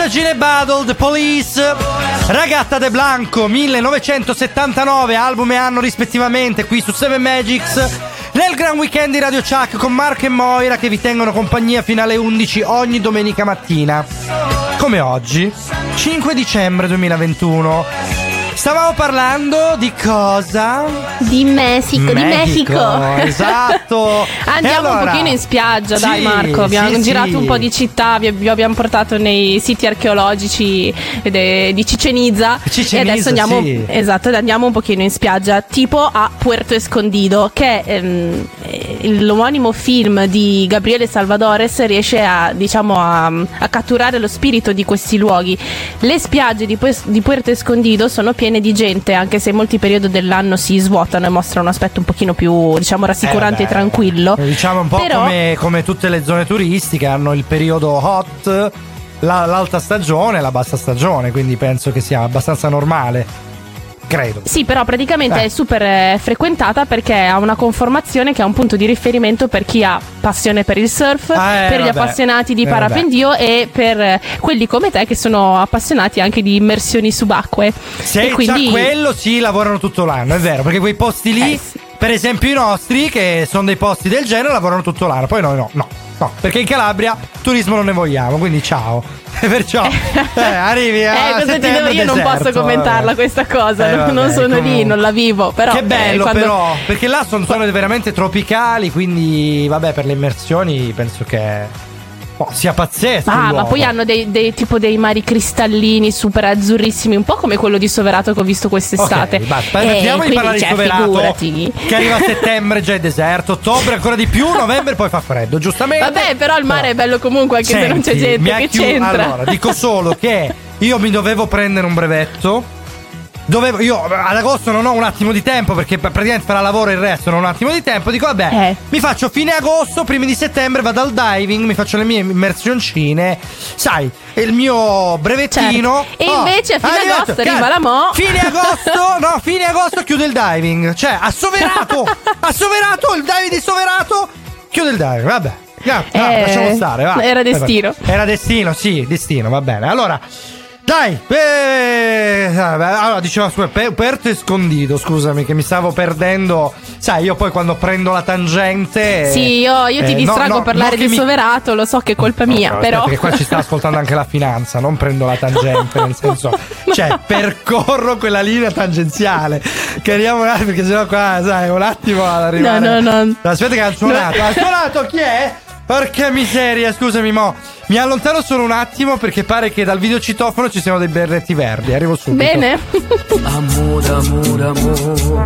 Virgin Battle, The Police, Ragazza de Blanco, millenovecentosettantanove, album e anno rispettivamente, qui su Seven Magics, nel Gran Weekend di Radio Chuck con Marco e Moira che vi tengono compagnia fino alle undici ogni domenica mattina. Come oggi, cinque dicembre duemilaventuno. Stavamo parlando di cosa? Di Messico, di Messico. Esatto. Andiamo allora, un pochino in spiaggia, sì, dai Marco. Abbiamo sì, girato sì. un po' di città, vi vi abbiamo portato nei siti archeologici de- di Chichén Itzá. Chichén E adesso Itzá, andiamo, sì. esatto, andiamo un pochino in spiaggia, tipo a Puerto Escondido, che ehm, l'omonimo film di Gabriele Salvadores riesce a, diciamo, a, a catturare lo spirito di questi luoghi. Le spiagge di, Pu- di Puerto Escondido sono piene di gente, anche se in molti periodi dell'anno si svuotano e mostrano un aspetto un pochino più, diciamo, rassicurante Eh, e tranquillo. Diciamo un po' Però, come, come tutte le zone turistiche hanno il periodo hot, la- l'alta stagione e la bassa stagione, quindi penso che sia abbastanza normale. Credo. sì, però praticamente Eh. è super eh, frequentata perché ha una conformazione che è un punto di riferimento per chi ha passione per il surf, Ah, eh, per gli vabbè. appassionati di Eh, parapendio e per eh, quelli come te che sono appassionati anche di immersioni subacquee. Se e quindi già quello sì, lavorano tutto l'anno, è vero, perché quei posti lì, Eh, sì. per esempio i nostri, che sono dei posti del genere, lavorano tutto l'anno. Poi noi no, no, no, perché in Calabria turismo non ne vogliamo, quindi ciao. E perciò eh, arrivi a Eh, cosa ti settembre, devo, io non deserto, posso commentarla vabbè. questa cosa, Eh, non- vabbè, non sono lì, comunque. non la vivo, però Che bello eh, quando- però, perché là sono zone veramente tropicali, quindi vabbè, per le immersioni penso che oh, sia pazzesco. il Ah, ma luogo. poi hanno dei, dei tipo dei mari cristallini super azzurrissimi, un po' come quello di Soverato che ho visto quest'estate. Ok, basta, Eh, smettiamo di quindi, parlare di cioè, Soverato, figurati. che arriva a settembre già è deserto, ottobre ancora di più, novembre poi fa freddo, giustamente. Vabbè, però il mare è bello comunque, anche se non c'è Senti, mi gente ha che chiu- c'entra. Allora, dico solo che io mi dovevo prendere un brevetto. Dovevo, io ad agosto non ho un attimo di tempo perché praticamente farà lavoro il resto, non ho un attimo di tempo. Dico vabbè, Eh. mi faccio fine agosto, primi di settembre vado al diving, mi faccio le mie immersioncine, sai, e il mio brevettino. Certo. E invece a fine hai agosto detto, arriva cazzo, la mo. Fine agosto, no, fine agosto chiude il diving. Cioè, a Soverato, a Soverato, il diving di Soverato chiude il diving, vabbè. No, no, Eh, lasciamo stare, va. era destino. Era destino, sì, destino, va bene. Allora, dai, eh, allora diceva su Puerto Escondido, scusami che mi stavo perdendo. Sai, io poi quando prendo la tangente Sì, io, io ti eh, distrago no, no, a parlare no che di mi- Soverato, lo so che è colpa mia, No, però. aspetta, che qua ci sta ascoltando anche la finanza, non prendo la tangente, nel senso, cioè percorro quella linea tangenziale. Che arriviamo un attimo, perché sennò qua, sai, un attimo ad arrivare. No, no, no. Aspetta che ha suonato. Ha suonato chi è? Porca miseria, scusami, mo. Mi allontano solo un attimo perché pare che dal videocitofono ci siano dei berretti verdi. Arrivo subito. Bene. Amor, amor, amor,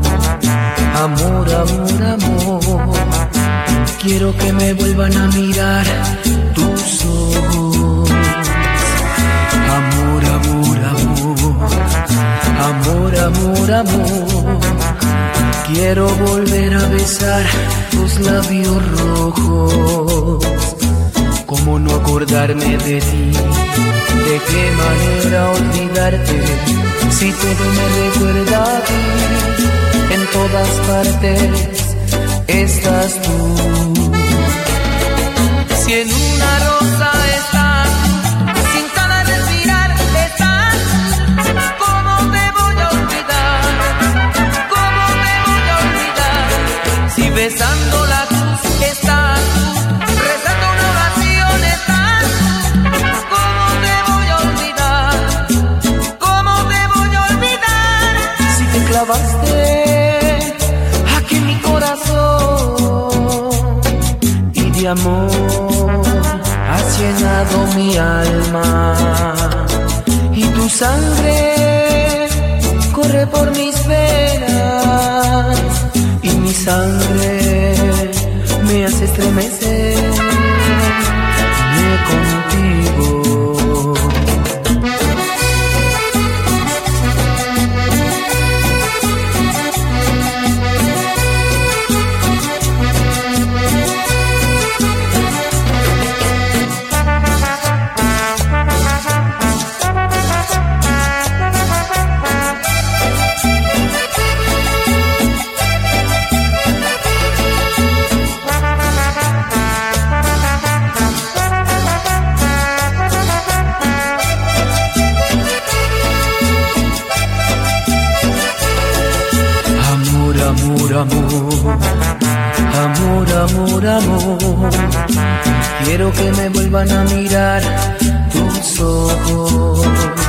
amor, amor, amor. Quiero que me vuelvan a mirar tus ojos. Amor, amor, amor, amor, amor, amor. Quiero volver a besar tus labios rojos. ¿Cómo no acordarme de ti? ¿De qué manera olvidarte? Si todo me recuerda a ti, en todas partes estás tú. Si en una rosa estás, sin cada respirar estás, ¿cómo te voy a olvidar? ¿Cómo te voy a olvidar? Si besando la cruz estás, rezando una oración estás, ¿cómo te voy a olvidar? ¿Cómo te voy a olvidar? Si te clavaste aquí en mi corazón y de amor has llenado mi alma y tu sangre corre por mis venas y mi sangre me hace estremecer contigo. quiero que me vuelvan a mirar tus ojos.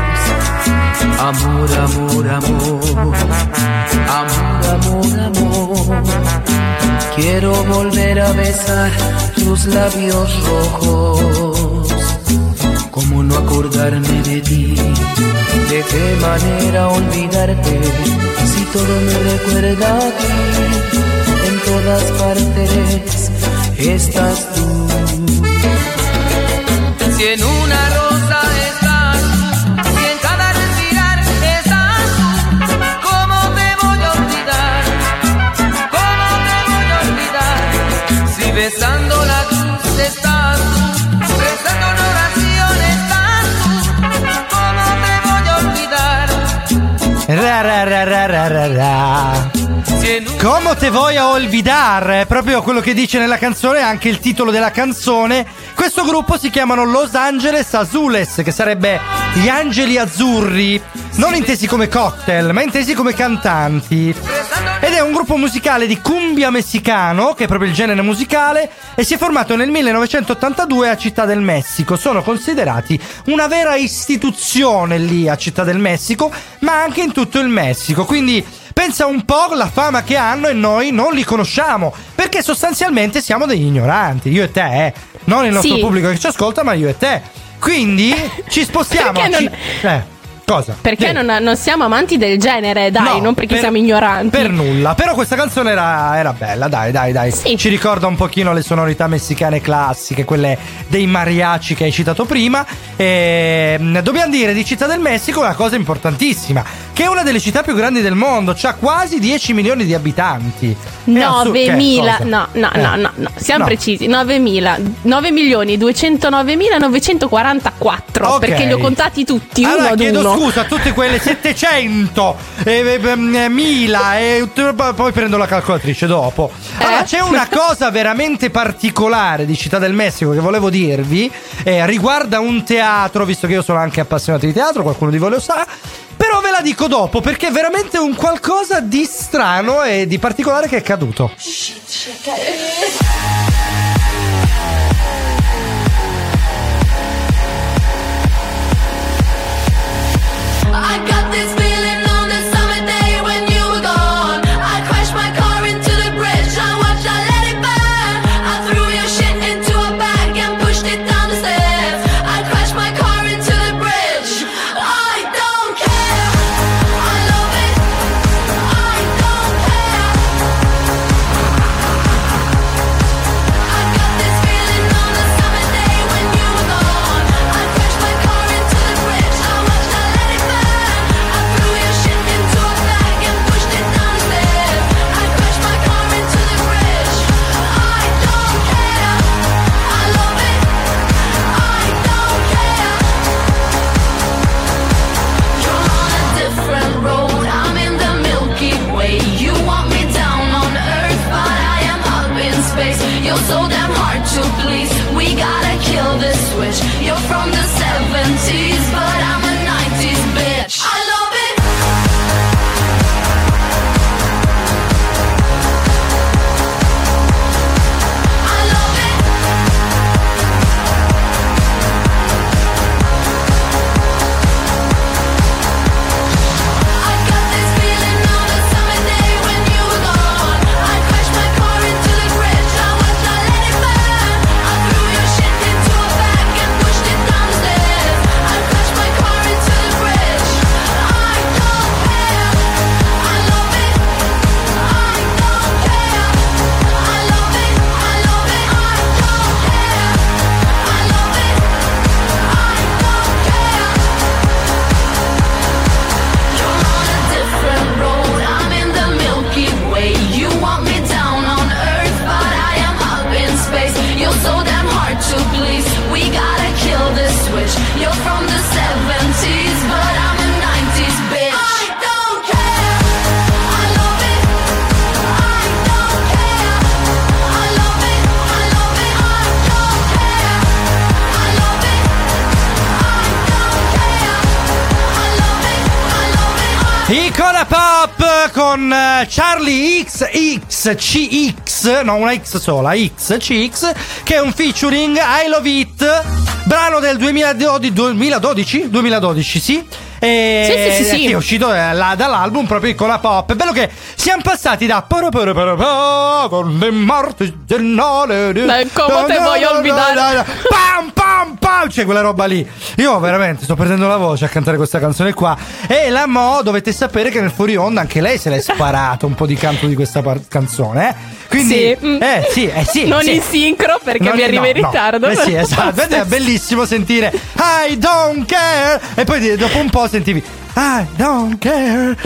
Amor, amor, amor, amor, amor, amor. Quiero volver a besar tus labios rojos. ¿Cómo no acordarme de ti? ¿De qué manera olvidarte? Si todo me recuerda a ti, en todas partes estás tú. Si en una rosa estás tú, si en cada respirar estás tú, ¿cómo te voy a olvidar? ¿Cómo te voy a olvidar? Si besando la cruz estás tú, rezando una oración estás tú, ¿cómo te voy a olvidar? Ra ra ra ra ra ra ra. Come te voy a olvidar, è proprio quello che dice nella canzone, anche il titolo della canzone. Questo gruppo si chiamano Los Angeles Azules, che sarebbe gli angeli azzurri, non intesi come cocktail, ma intesi come cantanti. Ed è un gruppo musicale di cumbia messicano, che è proprio il genere musicale, e si è formato nel millenovecentottantadue a Città del Messico. Sono considerati una vera istituzione lì a Città del Messico, ma anche in tutto il Messico. Quindi pensa un po' la fama che hanno e noi non li conosciamo, perché sostanzialmente siamo degli ignoranti, io e te, eh. Non il nostro Sì. pubblico che ci ascolta, ma io e te. Quindi ci spostiamo. Perché a ci- non- Eh, cosa? Perché Sì. non, non siamo amanti del genere, dai, No, non perché per- siamo ignoranti. Per nulla. Però questa canzone era, era bella, dai, dai, dai. Ci ricorda un pochino le sonorità messicane classiche, quelle dei mariachi che hai citato prima. E mh, dobbiamo dire di Città del Messico una cosa importantissima, che è una delle città più grandi del mondo, c'ha quasi dieci milioni di abitanti. È assur- novemila, che no, no, Eh. no, no, no, siamo No. precisi, novemila, nove milioni duecentonovemilanovecentoquarantaquattro, Ok. perché li ho contati tutti, uno Allora ad chiedo uno. scusa a tutte quelle settecento e, e, e, mila e poi prendo la calcolatrice dopo. Allora Eh? c'è una cosa veramente particolare di Città del Messico che volevo dirvi, eh, riguarda un teatro, visto che io sono anche appassionato di teatro, qualcuno di voi lo sa. Però ve la dico dopo, perché è veramente un qualcosa di strano e di particolare che è accaduto. I got this feeling on the summer day when you were gone. I crashed my car into the bridge. I watched, I let it burn. I threw your shit into a bag and pushed it down the stairs. I crashed my car into the bridge. I don't care. I love it. I don't care. I got this feeling on the summer day when you were gone. I crashed my car into the bridge. I watched, I let it burn. I threw your shit into a bag and pushed it down the stairs. I crashed my car into the bridge. I don't care. I love it. I don't care. You're on a different road. I'm in the Milky Way. You want me down on Earth, but I am up in space. You're so damn hard to please. We gotta kill this switch. You're from the seventies, but I'm a nineties bitch. I love it. I love it. I got this feeling on a summer day when you were gone. I crashed my car into the bridge. I watched, I let it burn. I threw your shit into a bag and pushed it down the stairs. I crashed my car into the bridge. I don't care. I love it. I don't care. I love it. I love it. I don't care. I love it. I don't care. You're on a different road. I'm in the Milky Way. You want me down on Earth, but I am up in space. You're so damn hard to please. We gotta kill this switch. You're from the seventies, but I'm a nineties bitch. I don't care. I love it. I don't care. I love it. I love it. I don't care. I love it. I don't care. I love it. I love it. I Icona Pop Club con uh, Charlie X X C X, no, una X sola, X C X, che è un featuring I Love It, brano del duemiladodici, duemiladodici, duemiladodici, sì. E sì, sì, sì, sì. È uscito là, dall'album proprio con la pop. È bello che siamo passati da poro poro poro poro con le morti giornale. Come te voglio olvidare. Pam pam pam. C'è quella roba lì. Io veramente sto perdendo la voce a cantare questa canzone qua. E la Mo, dovete sapere che nel fuori onda anche lei se l'è sparato un po' di canto di questa par- canzone, eh? Quindi sì. eh sì, eh sì. Non sì. in sincro perché non mi arriva no, in ritardo. No. Eh sì, esatto. È bellissimo sentire I don't care e poi dopo un po' sentivi I don't care.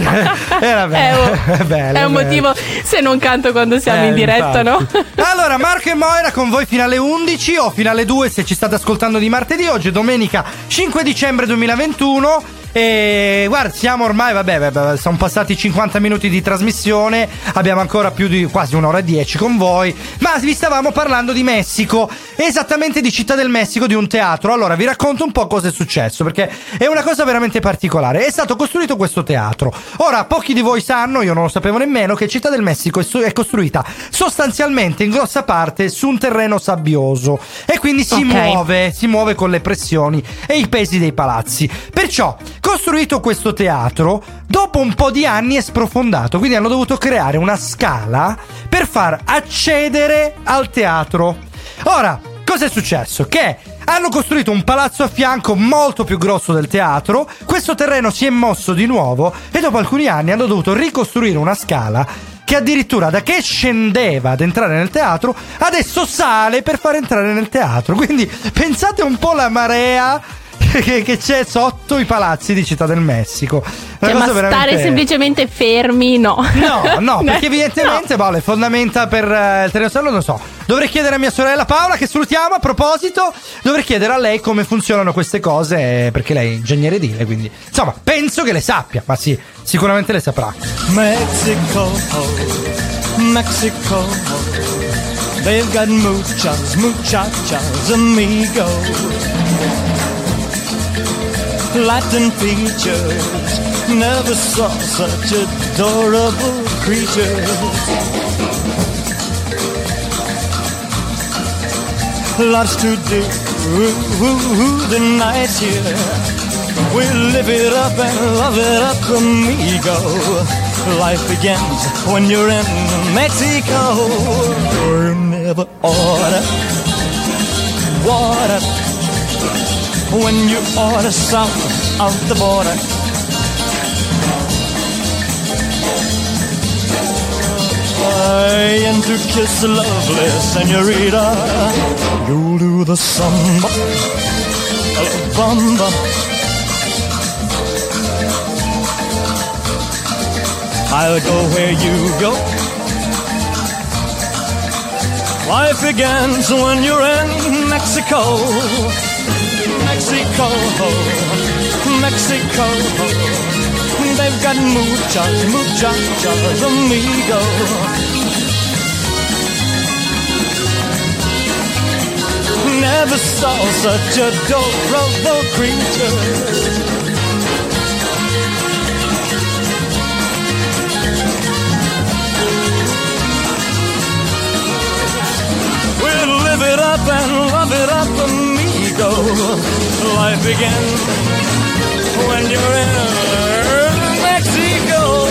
Era bello. È un, bello, è un bello. motivo se non canto quando siamo Eh, in diretta, infatti. no? Allora, Marco e Moira con voi fino alle undici o fino alle due se ci state ascoltando di martedì. Oggi è domenica cinque dicembre duemilaventuno. E guarda, siamo ormai, vabbè, vabbè, sono passati cinquanta minuti di trasmissione, abbiamo ancora più di quasi un'ora e dieci con voi, ma vi stavamo parlando di Messico, esattamente di Città del Messico, di un teatro. Allora vi racconto un po' cosa è successo, perché è una cosa veramente particolare. È stato costruito questo teatro. Ora, pochi di voi sanno, io non lo sapevo nemmeno, che Città del Messico è, su- è costruita sostanzialmente in grossa parte su un terreno sabbioso e quindi si Ok. muove, si muove con le pressioni e i pesi dei palazzi. Perciò costruito questo teatro, dopo un po' di anni è sprofondato, quindi hanno dovuto creare una scala per far accedere al teatro. Ora, cosa è successo? Che hanno costruito un palazzo a fianco molto più grosso del teatro, questo terreno si è mosso di nuovo e dopo alcuni anni hanno dovuto ricostruire una scala che addirittura da che scendeva ad entrare nel teatro adesso sale per far entrare nel teatro. Quindi pensate un po' la marea Che, che c'è sotto i palazzi di Città del Messico. Una Cioè, ma cosa veramente... stare semplicemente fermi, no. No, no, perché evidentemente No. boh, le fondamenta per uh, il terreno non lo so. Dovrei chiedere a mia sorella Paola, che salutiamo a proposito, dovrei chiedere a lei come funzionano queste cose, perché lei è ingegnere edile, quindi insomma, penso che le sappia, ma sì, sicuramente le saprà. Mexico, Mexico, they've got muchas, muchachas, amigo. Latin features, never saw such adorable creatures. Lots to do, the night's here. We'll live it up and love it up, amigo. Life begins when you're in Mexico. You never order water when you order south of the border. And to kiss a lovely senorita, you'll do the samba, la bamba. I'll go where you go. Life begins when you're in Mexico. Mexico, Mexico, they've got muchas, muchachas, amigo. Never saw such adorable creature. We'll live it up and love it up, amigo. Life begins when you're in Mexico.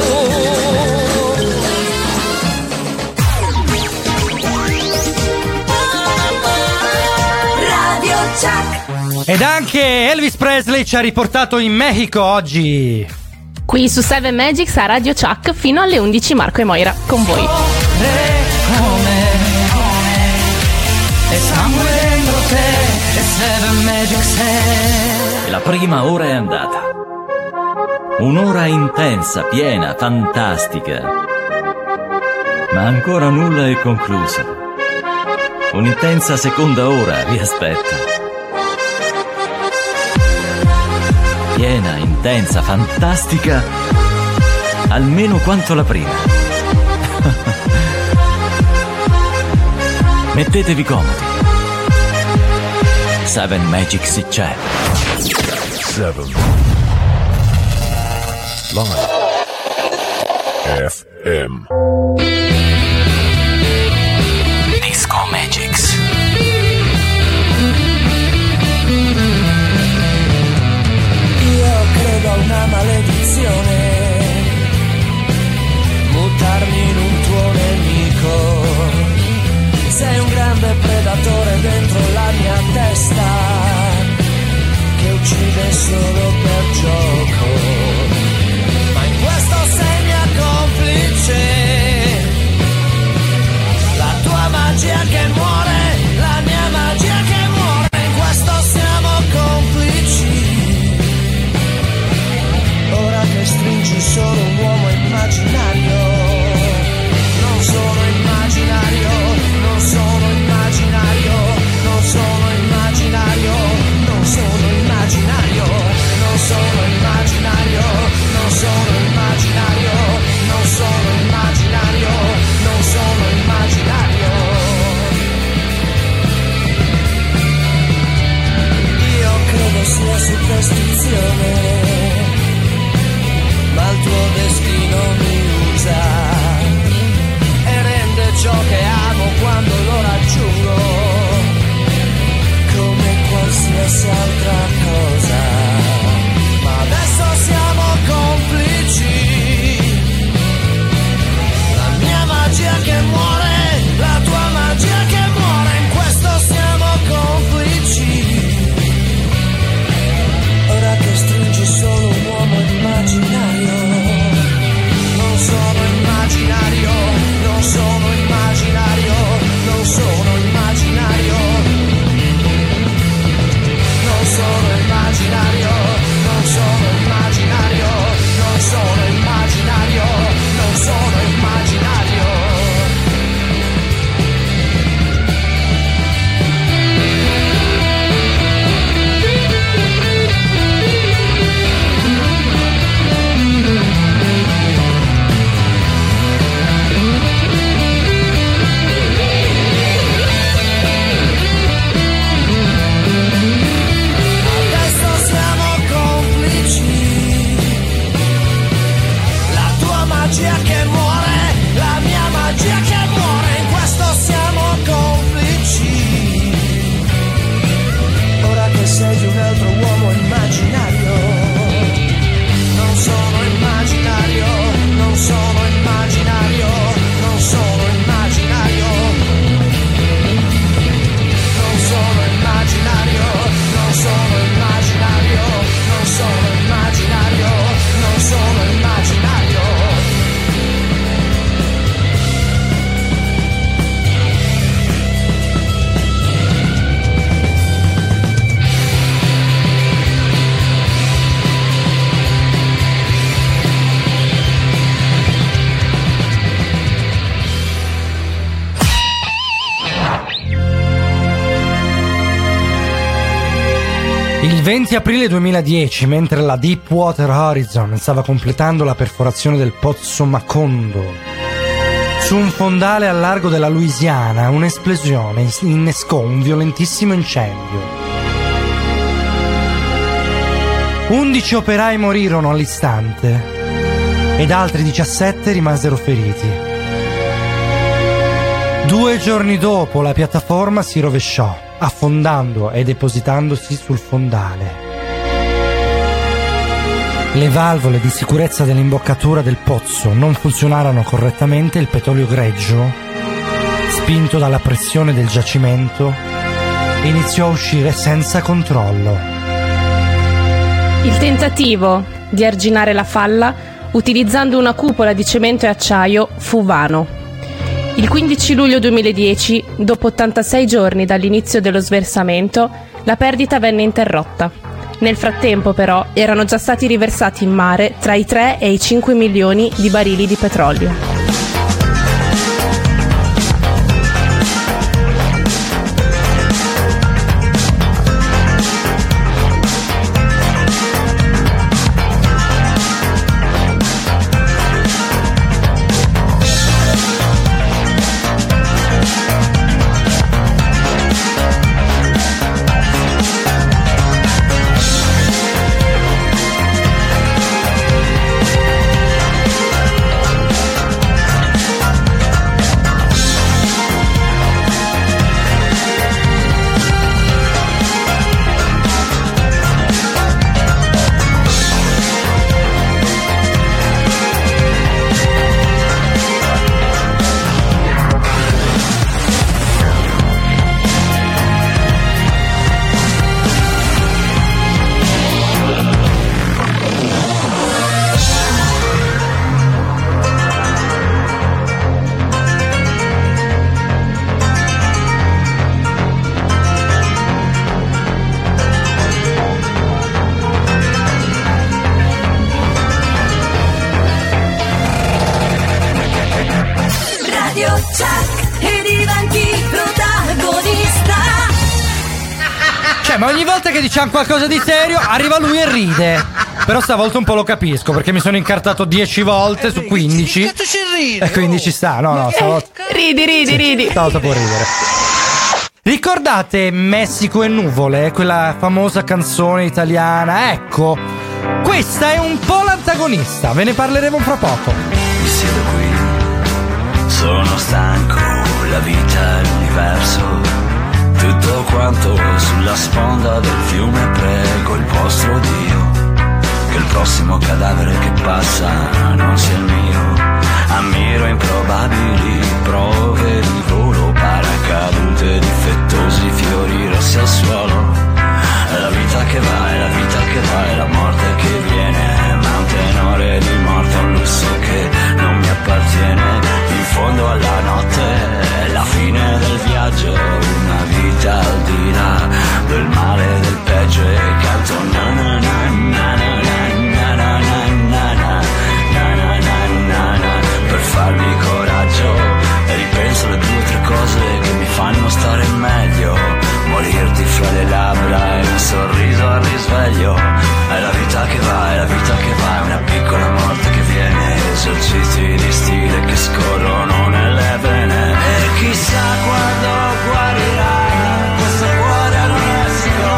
Radio Chuck. Ed anche Elvis Presley ci ha riportato in Messico oggi. Qui su Seven Magics a Radio Chuck fino alle undici. Marco e Moira con voi. E sangue dentro te, e Seven Magics è. E la prima ora è andata. Un'ora intensa, piena, fantastica. Ma ancora nulla è concluso. Un'intensa seconda ora vi aspetta. Piena, intensa, fantastica, almeno quanto la prima. Mettetevi comodi. Seven Magics c'è. Seven. Live. F M. Disco Magics. Io credo a una maledizione, mutarmi in un tuo nemico. Sei un grande predatore dentro la mia testa, che uccide solo per gioco. Ma in questo sei mia complice, la tua magia che muore, la mia magia che muore. In questo siamo complici. Ora che stringi solo un uomo immaginario, non sono immaginario, non sono immaginario, non sono immaginario, non sono immaginario, non sono immaginario, non sono immaginario, non sono immaginario, non sono immaginario. Io credo sia superstizione, ma il tuo destino mi usa e rende ciò che amo quando lo raggiungo come qualsiasi altra cosa. Ma adesso siamo complici, la mia magia che muore, la tua magia che muore. In questo siamo complici. Ora che stringi solo un uomo immaginario, non sono immaginario, non sono immaginario, non sono immaginario, non sono immaginario, non sono immaginario, non sono immaginario, non sono immaginario. Adesso siamo complici, la tua magia che muore, la mia magia che muore. In questo siamo complici. Ora che sei un altro uomo immaginario, non sono immaginario, non sono immaginario, non sono immaginario, non sono immaginario, non sono immaginario, non sono immaginario, non sono immaginario. Il venti aprile duemiladieci, mentre la Deepwater Horizon stava completando la perforazione del pozzo Macondo, su un fondale al largo della Louisiana, un'esplosione innescò un violentissimo incendio. undici operai morirono all'istante ed altri diciassette rimasero feriti. Due giorni dopo la piattaforma si rovesciò, affondando e depositandosi sul fondale. Le valvole di sicurezza dell'imboccatura del pozzo non funzionarono correttamente e il petrolio greggio, spinto dalla pressione del giacimento, iniziò a uscire senza controllo. Il tentativo di arginare la falla utilizzando una cupola di cemento e acciaio fu vano. Il quindici luglio duemiladieci, dopo ottantasei giorni dall'inizio dello sversamento, la perdita venne interrotta. Nel frattempo, però, erano già stati riversati in mare tra i tre e i cinque milioni di barili di petrolio. ma ogni volta che diciamo qualcosa di serio arriva lui e ride. Però stavolta un po' lo capisco, perché mi sono incartato dieci volte su quindici. Che cazzo ci ride? E quindi ci sta, no, no, stavolta. Ridi, ridi, sì, ridi. Stavolta può ridere. Ricordate Messico e nuvole? Quella famosa canzone italiana? Ecco, questa è un po' l'antagonista, ve ne parleremo fra poco. Mi siedo qui, sono stanco, la vita, l'universo, tutto quanto sulla sponda del fiume, prego il vostro Dio che il prossimo cadavere che passa non sia il mio. Ammiro improbabili prove di volo, paracadute difettosi, fiori rossi al suolo. È la vita che va, è la vita che va, è la morte che viene, ma un tenore di morte è un lusso che non mi appartiene. In fondo alla notte è la fine del viaggio, una vita al di là del male e del peggio, e canto na na na na na na na na na na na na per farmi coraggio, e ripenso alle due o tre cose che mi fanno stare meglio, morirti fra le labbra e un sorriso al risveglio. È la vita che va, è la vita che va, è una piccola morte che viene, esercizi di stile che scorrono nelle vene, e chissà quando guarirà questo cuore anoressico,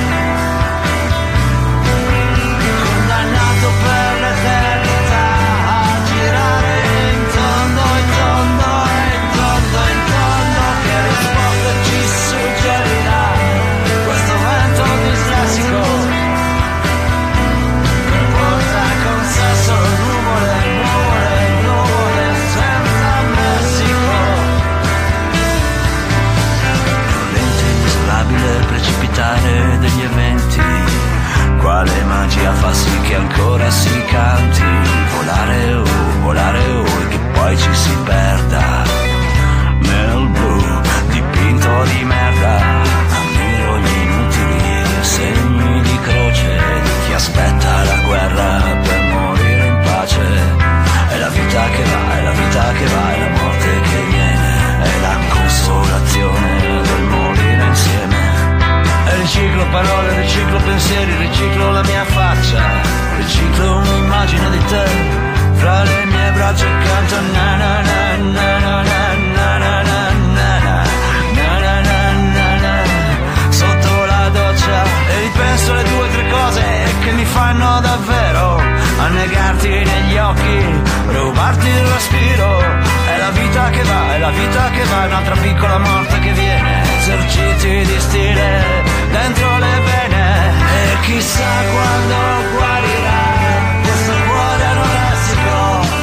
condannato per l'eternità a girare in tondo, in tondo, in tondo, in tondo. Che risposta ci suggerirà questo vento dislessico che porta con sé solo nuvole, nuvole, nuvole senza Messico. Violento e inesorabile precipitare degli eventi, quale magia fa sì che ancora si canti, volare oh, volare oh, e che poi ci si perda nel blu dipinto di merda. Ammiro gli inutili segni di croce di chi aspetta la guerra per morire in pace. È la vita che va, è la vita che va, è la morte che viene, è la consolazione del morire insieme. E riciclo parole, riciclo pensieri, riciclo la mia faccia, riciclo un'immagine di te fra le mie braccia e canto na na na na na na na na na na na na na na sotto la doccia, e ripenso alle due o tre cose che mi fanno davvero annegarti negli occhi, rubarti il respiro. È la vita che va, è la vita che va, è un'altra piccola morte che viene, esercizi di stile dentro le vene, e chissà quando guarirà questo cuore anoressico,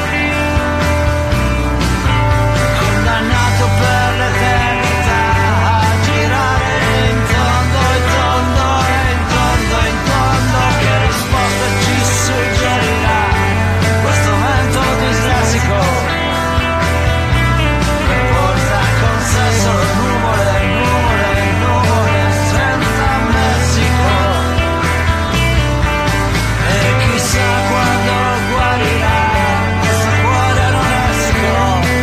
condannato per l'eternità a girare in tondo, in tondo, in tondo, in tondo. Che risposta ci suggerirà questo vento dislessico che porta con sé solo nuvole, nuvole, nuvole senza Messico. E chissà quando guarirà questo cuore anoressico,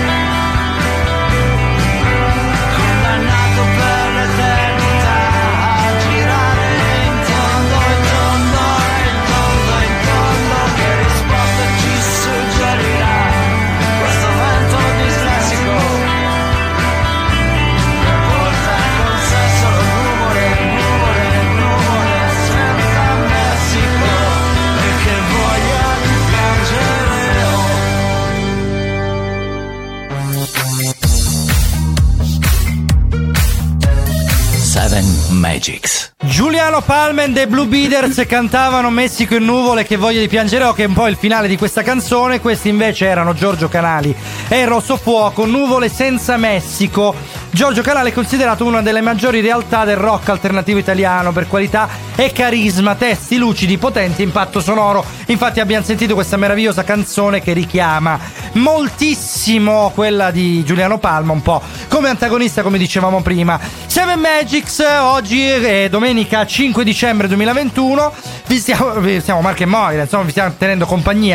condannato per l'eternità a girare in tondo, in tondo, in tondo, in tondo. Che risposta ci suggerirà questo vento dislessico che porta con sé solo nuvole, nuvole, nuvole senza Messico, e che voglia di piangere ho. Seven Magics. Giuliano Palma e The Blue Beaters cantavano Messico e nuvole, che voglia di piangere ho, che è un po' il finale di questa canzone. Questi invece erano Giorgio Canali e Rosso Fuoco, Nuvole senza Messico. Giorgio Canali è considerato una delle maggiori realtà del rock alternativo italiano per qualità e carisma, testi lucidi, potenti e impatto sonoro. Infatti abbiamo sentito questa meravigliosa canzone che richiama moltissimo quella di Giuliano Palma, un po' come antagonista, come dicevamo prima. Seven Magics, oggi è domenica cinque dicembre duemilaventuno, vi stiamo, vi stiamo Marco e Moira, insomma vi stiamo tenendo compagnia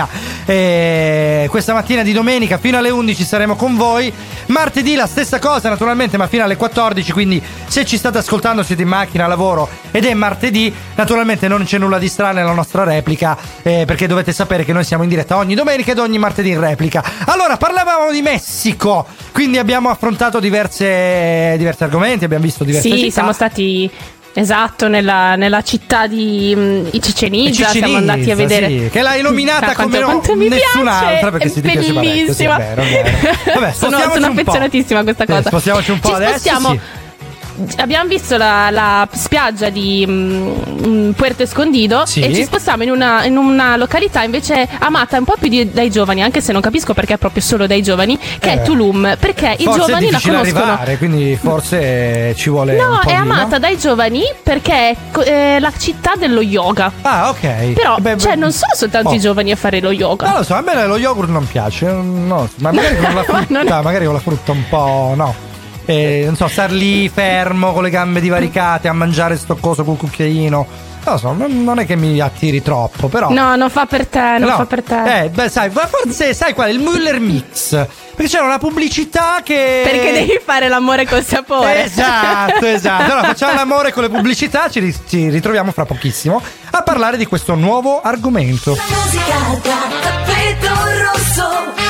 E questa mattina di domenica fino alle undici saremo con voi. Martedì la stessa cosa naturalmente, ma fino alle quattordici, quindi se ci state ascoltando siete in macchina, a lavoro ed è martedì, naturalmente non c'è nulla di strano nella nostra replica, eh, perché dovete sapere che noi siamo in diretta ogni domenica ed ogni martedì in replica. Allora, parlavamo di Messico, quindi abbiamo affrontato diverse, diversi argomenti, abbiamo visto diverse sì, città. siamo stati... Esatto, nella, nella città di um, Chichén Itzá siamo andati a vedere. Sì, che l'hai nominata quanto, come quanto mi nessun'altra, perché è si ti piace parecchio. Sì, è vero, è vero. Vabbè, sono, sono affezionatissima a questa sì, cosa. Spostiamoci un po' Ci adesso. Spostiamo. Sì. Abbiamo visto la, la spiaggia di um, Puerto Escondido, sì, e ci spostiamo in una, in una località invece amata un po' più di, dai giovani, anche se non capisco perché è proprio solo dai giovani, che eh, è Tulum, perché i giovani la conoscono. Arrivare, quindi forse ci vuole no, un po' è di, amata no? dai giovani perché è eh, la città dello yoga. Ah, ok. Però beh, cioè beh, non sono soltanto oh. i giovani a fare lo yoga. Non lo so, a me lo yogurt non piace, no, ma magari con la frutta, magari con la frutta un po', no. Eh, non so, star lì fermo con le gambe divaricate a mangiare sto coso col cucchiaino. Non lo so, non è che mi attiri troppo, però. No, non fa per te, non no. fa per te. Eh, beh, sai, forse sai qual è il Müller Mix? Perché c'era una pubblicità che. Perché devi fare l'amore col sapore. Esatto, esatto. Allora facciamo l'amore con le pubblicità, ci, ci ritroviamo fra pochissimo a parlare di questo nuovo argomento. La musica da tappeto rosso.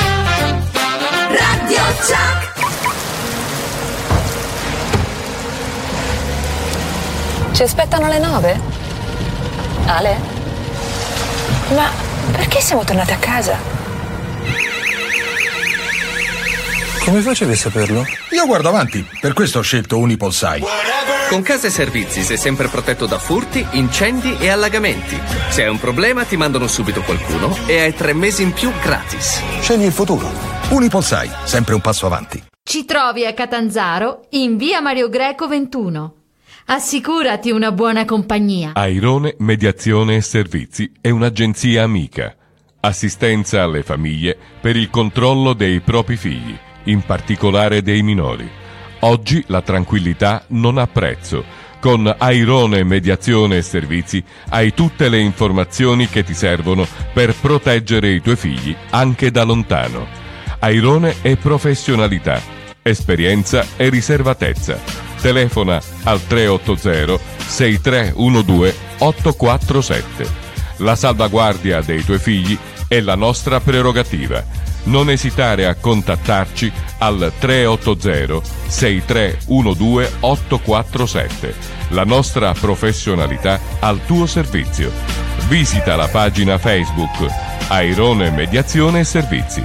Radio Chuck. Ci aspettano alle nove? Ale? Ma perché siamo tornati a casa? Come facevi a saperlo? Io guardo avanti, per questo ho scelto Unipolsai. Con Casa e Servizi sei sempre protetto da furti, incendi e allagamenti. Se hai un problema ti mandano subito qualcuno e hai tre mesi in più gratis. Scegli il futuro. Unipolsai, sempre un passo avanti. Ci trovi a Catanzaro in via Mario Greco ventuno. Assicurati una buona compagnia. Airone Mediazione e Servizi è un'agenzia amica. Assistenza alle famiglie per il controllo dei propri figli, in particolare dei minori. Oggi la tranquillità non ha prezzo. Con Airone Mediazione e Servizi hai tutte le informazioni che ti servono per proteggere i tuoi figli anche da lontano. Airone è professionalità, esperienza e riservatezza. Telefona al tre otto zero sei tre uno due otto quattro sette. La salvaguardia dei tuoi figli è la nostra prerogativa. Non esitare a contattarci al tre otto zero sei tre uno due otto quattro sette. La nostra professionalità al tuo servizio. Visita la pagina Facebook Airone Mediazione e Servizi.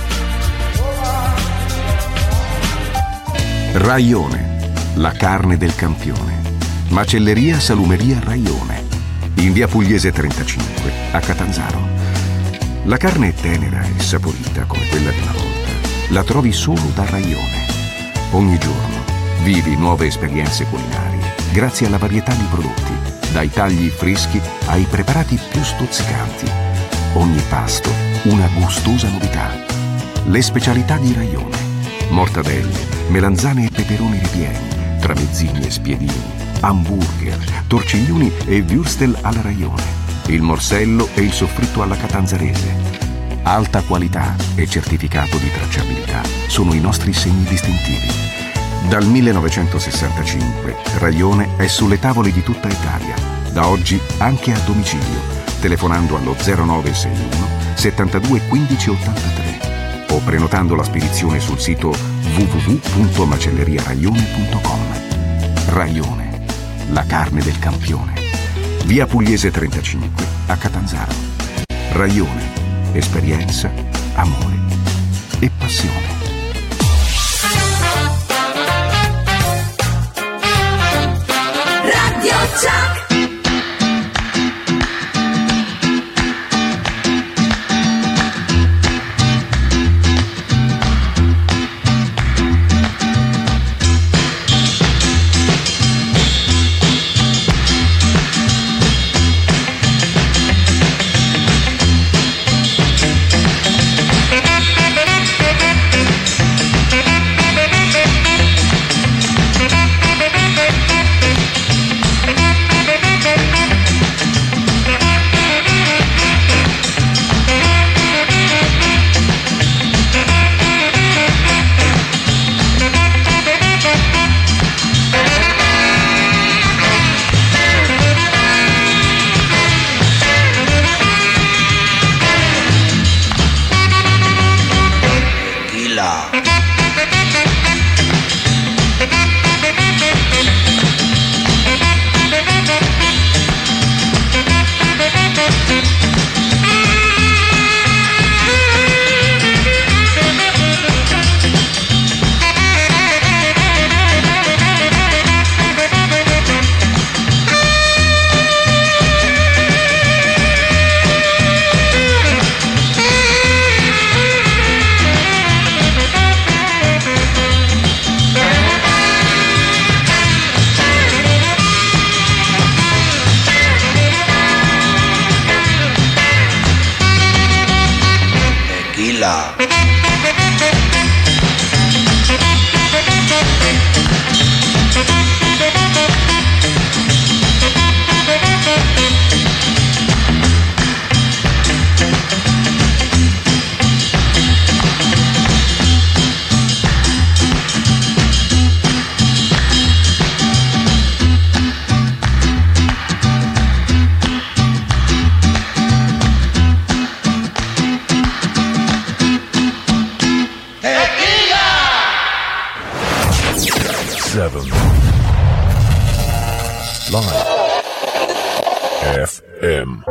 Raione, la carne del campione. Macelleria Salumeria Raione, in via Pugliese trentacinque, a Catanzaro. La carne è tenera e saporita come quella di una volta. La trovi solo da Raione. Ogni giorno vivi nuove esperienze culinarie grazie alla varietà di prodotti, dai tagli freschi ai preparati più stuzzicanti. Ogni pasto una gustosa novità. Le specialità di Raione: mortadelle, melanzane e peperoni ripieni, tramezzini e spiedini, hamburger, torciglioni e würstel alla Raione, il morsello e il soffritto alla catanzarese. Alta qualità e certificato di tracciabilità sono i nostri segni distintivi. Dal millenovecentosessantacinque Raione è sulle tavole di tutta Italia, da oggi anche a domicilio, telefonando allo zero nove sei uno settantadue quindici ottantatré o prenotando la spedizione sul sito w w w punto macelleriaraione punto com. Raione, la carne del campione. Via Pugliese trentacinque, a Catanzaro. Raione, esperienza, amore e passione. Radio Chuck. Live F M.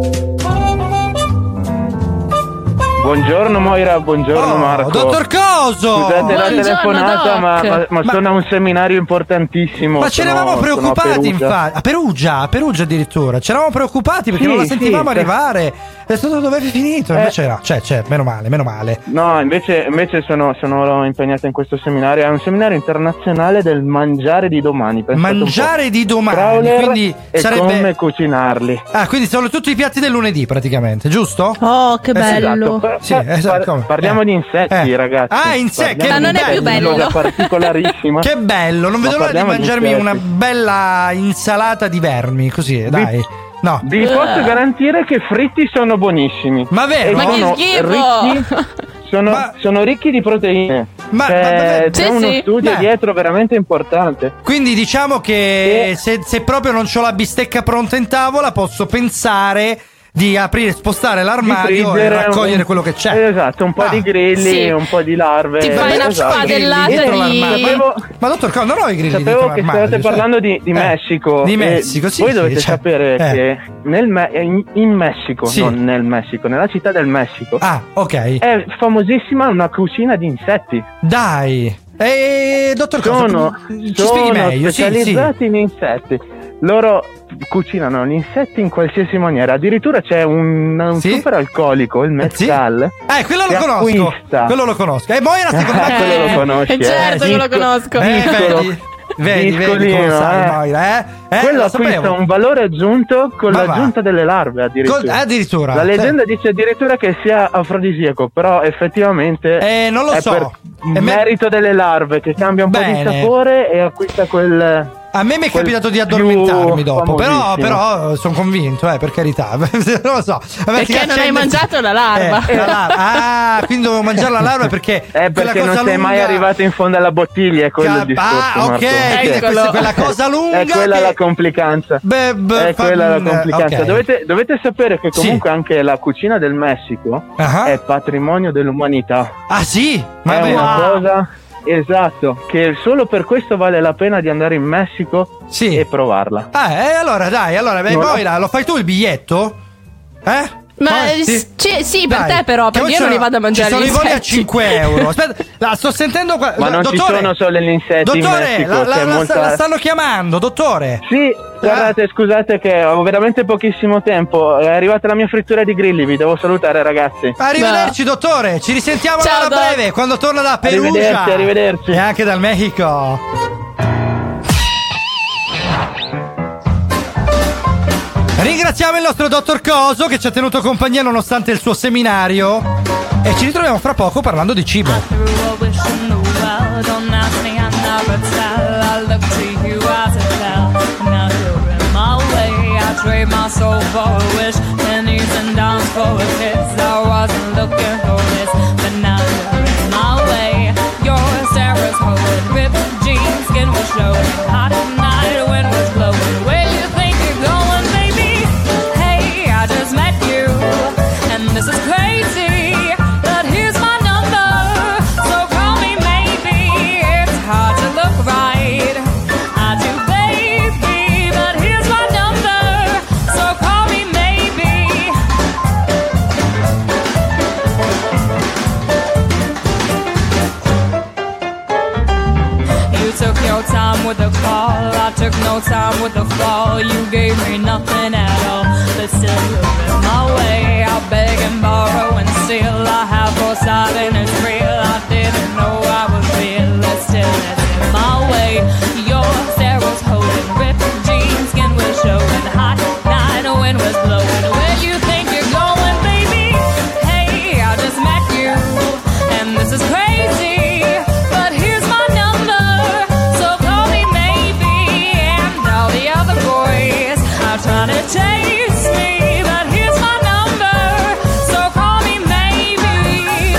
Buongiorno Moira, buongiorno Oh, Marco. dottor Coso! Scusate la Buongiorno, telefonata, Doc. ma, ma, ma Ma- sono a un seminario importantissimo. Ma ce sono- eravamo sono a preoccupati, Perugia. infatti. A Perugia, a Perugia addirittura. Ci eravamo preoccupati perché Sì, non la sentivamo sì, arrivare. È stato dove avevi finito? Eh. Invece no. Cioè, cioè, meno male, meno male. No, invece, invece sono, sono impegnato in questo seminario. È un seminario internazionale del mangiare di domani. pensate un po'. Mangiare di domani, Crawler quindi e sarebbe- come cucinarli. Ah, quindi sono tutti i piatti del lunedì praticamente, giusto? Oh, che Eh sì, bello. Esatto, Sì, esatto, par- come? parliamo Eh. di insetti, Eh. ragazzi. Ah, insetti, Parliamo che di non è più insetti, bello. una particolarissima. Che bello, non Ma vedo l'ora di parliamo di mangiarmi insetti. una bella insalata di vermi, così, dai. No. Vi posso garantire che fritti sono buonissimi. Ma vero? E Ma che sono schifo! ricchi, sono, sono ricchi di proteine. Ma- C'è, ma- ma- c'è sì, uno sì. studio Beh. dietro veramente importante. Quindi diciamo che se, se proprio non ho la bistecca pronta in tavola, posso pensare di aprire, spostare l'armadio e friggere raccogliere un- quello che c'è. Esatto, un po' Ah. di grilli, Sì. un po' di larve. Ti fai una Esatto. spadellata Dietro di- l'armadio. Sapevo- Ma dottor Coso, non ho i grilli Sapevo dietro che l'armadio, stavate cioè- parlando di, di Eh, Messico. Di e Messico, sì. Voi sì, dovete cioè, sapere eh. che nel Me- in, in Messico, Sì. non nel Messico, nella città del Messico, Ah, ok. è famosissima una cucina di insetti. Dai. E dottor Coso, Sono, ci sono spieghi meglio, sì, sì. specializzati in insetti. Loro cucinano gli insetti in qualsiasi maniera. Addirittura c'è un, un Sì? super alcolico, il mezcal. Eh, quello che lo conosco. acquista- Quello lo conosco. E Moira, secondo me quello lo conosci. Eh, certo eh. che lo conosco. Eh, Piccolo. vedi, vedi, vedi come Piccolino, sai, eh. Moira, eh? Eh, Quello lo acquista sapevo. un valore aggiunto con Ma va. l'aggiunta delle larve addirittura. Col- addirittura. La leggenda dice addirittura che sia afrodisiaco, però effettivamente Eh, non lo è so. per E me- merito delle larve che cambia un po' Bene. di sapore e acquista quel... A me mi è quel capitato di più addormentarmi dopo, però, famosissimo. però sono convinto, eh, per carità. non lo so. Vabbè, ti Perché non hai accende- mangiato la larva. Eh, la larva. Ah, quindi dovevo mangiare la larva perché Eh, quella perché non cosa sei mai lunga- arrivato in fondo alla bottiglia, è quello Ca- il discorso. ah, ok, Marco. quindi Sì. questa è quella cosa lunga È quella che- la complicanza. Beh, beh, è fa- quella la complicanza. ok. Dovete, dovete sapere che Sì. comunque anche la cucina del Messico Ah. è patrimonio dell'umanità. Ah sì? Ma è è una vero? cosa, esatto, che solo per questo vale la pena di andare in Messico Sì. e provarla. Ah, eh, allora dai, allora, beh, Non ho- Moira, lo fai tu il biglietto? Eh? Ma Moira, eh, sì? sì, sì, per Dai, te però, che perché poi io non ci li vado a mangiare Ci sono gli i voli a insetti. cinque euro. Aspetta, la sto sentendo qua. Ma non dottore, ci sono solo gli insetti in dottore, Messico, la, la- c'è la- molta... la stanno chiamando, dottore. Sì, guardate, scusate che ho veramente pochissimo tempo. È arrivata la mia frittura di grilli, vi devo salutare ragazzi. Arrivederci, dottore. Ci risentiamo Ciao, a Doc. breve quando torna da Perugia. Arrivederci, arrivederci. E anche dal Messico. Ringraziamo il nostro dottor Coso che ci ha tenuto compagnia nonostante il suo seminario. E ci ritroviamo fra poco parlando di cibo. Through a wish in the world, don't ask me, I never tell. I look to you as a tell. Now you're in my way. I trade my soul for a wish, pennies and dimes for a kiss. I wasn't looking for this, but now you're in my way. Your Sarah's holding, ripped jeans, skin was showing. Hot night, wind was blowing. Where you think you're going, baby? Hey, I just met you, and this is crazy. But here's my number, so call me maybe. It's hard to look right. I do, baby, but here's my number, so call me maybe. You took your time with the call, I took no time with the fall. You gave me nothing at all, but still you're in my way. I beg and borrow and steal, I have foresight and it's real. I didn't know I was real, but still it's in my way. Your Sarah's holding, ripped jeans, skin was showing. Hot night, wind was blowing. Where you think you're going, baby? Hey, I just met you, and this is crazy. But here's my number, so call me maybe. And all the other boys are trying to chase me, but here's my number, so call me maybe.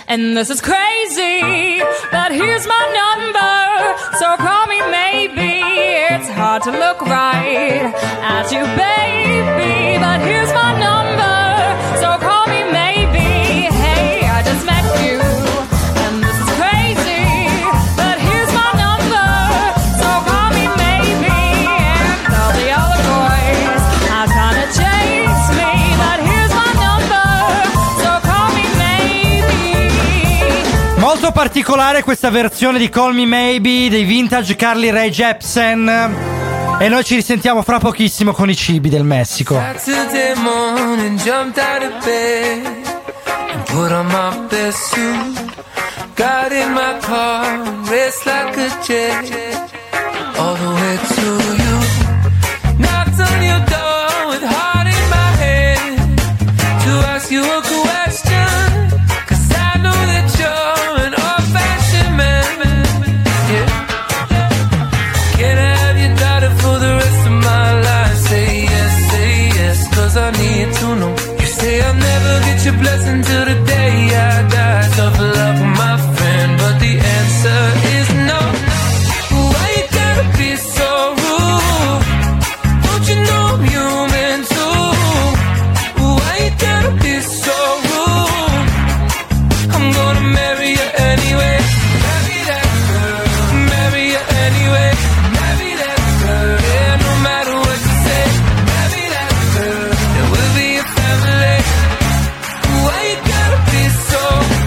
And this is crazy, but here's my number, so call me maybe. It's hard to look right at you, baby, but here's my number, so call me maybe. Hey, I just met you, and this is crazy, but here's my number, so call me maybe. And all the other boys are trying to chase me, but here's my number, so call me maybe. Molto particolare questa versione di Call Me Maybe dei Vintage Carly Rae Jepsen. E noi ci risentiamo fra pochissimo con i cibi del Messico. Saturday morning, jumped out of bed and put on my best suit. Got in my car, raced like a jet all the way to you. Knocked on your door with heart in my head to ask you a question, 'cause I know that you're an old-fashioned man. Yeah. Can I have your daughter for the rest of my life? Say yes, say yes, 'cause I need to know. You say I'll never get your blessing till the day I die. Tough luck, my friend, but the answer is no. Why you gotta be so rude? Don't you know I'm human too? Why you gotta be so rude? I'm gonna marry you anyway. Marry that girl. Marry you anyway. Marry that girl. Yeah, no matter what you say. Marry that girl. And we'll be a family. Why you gotta be so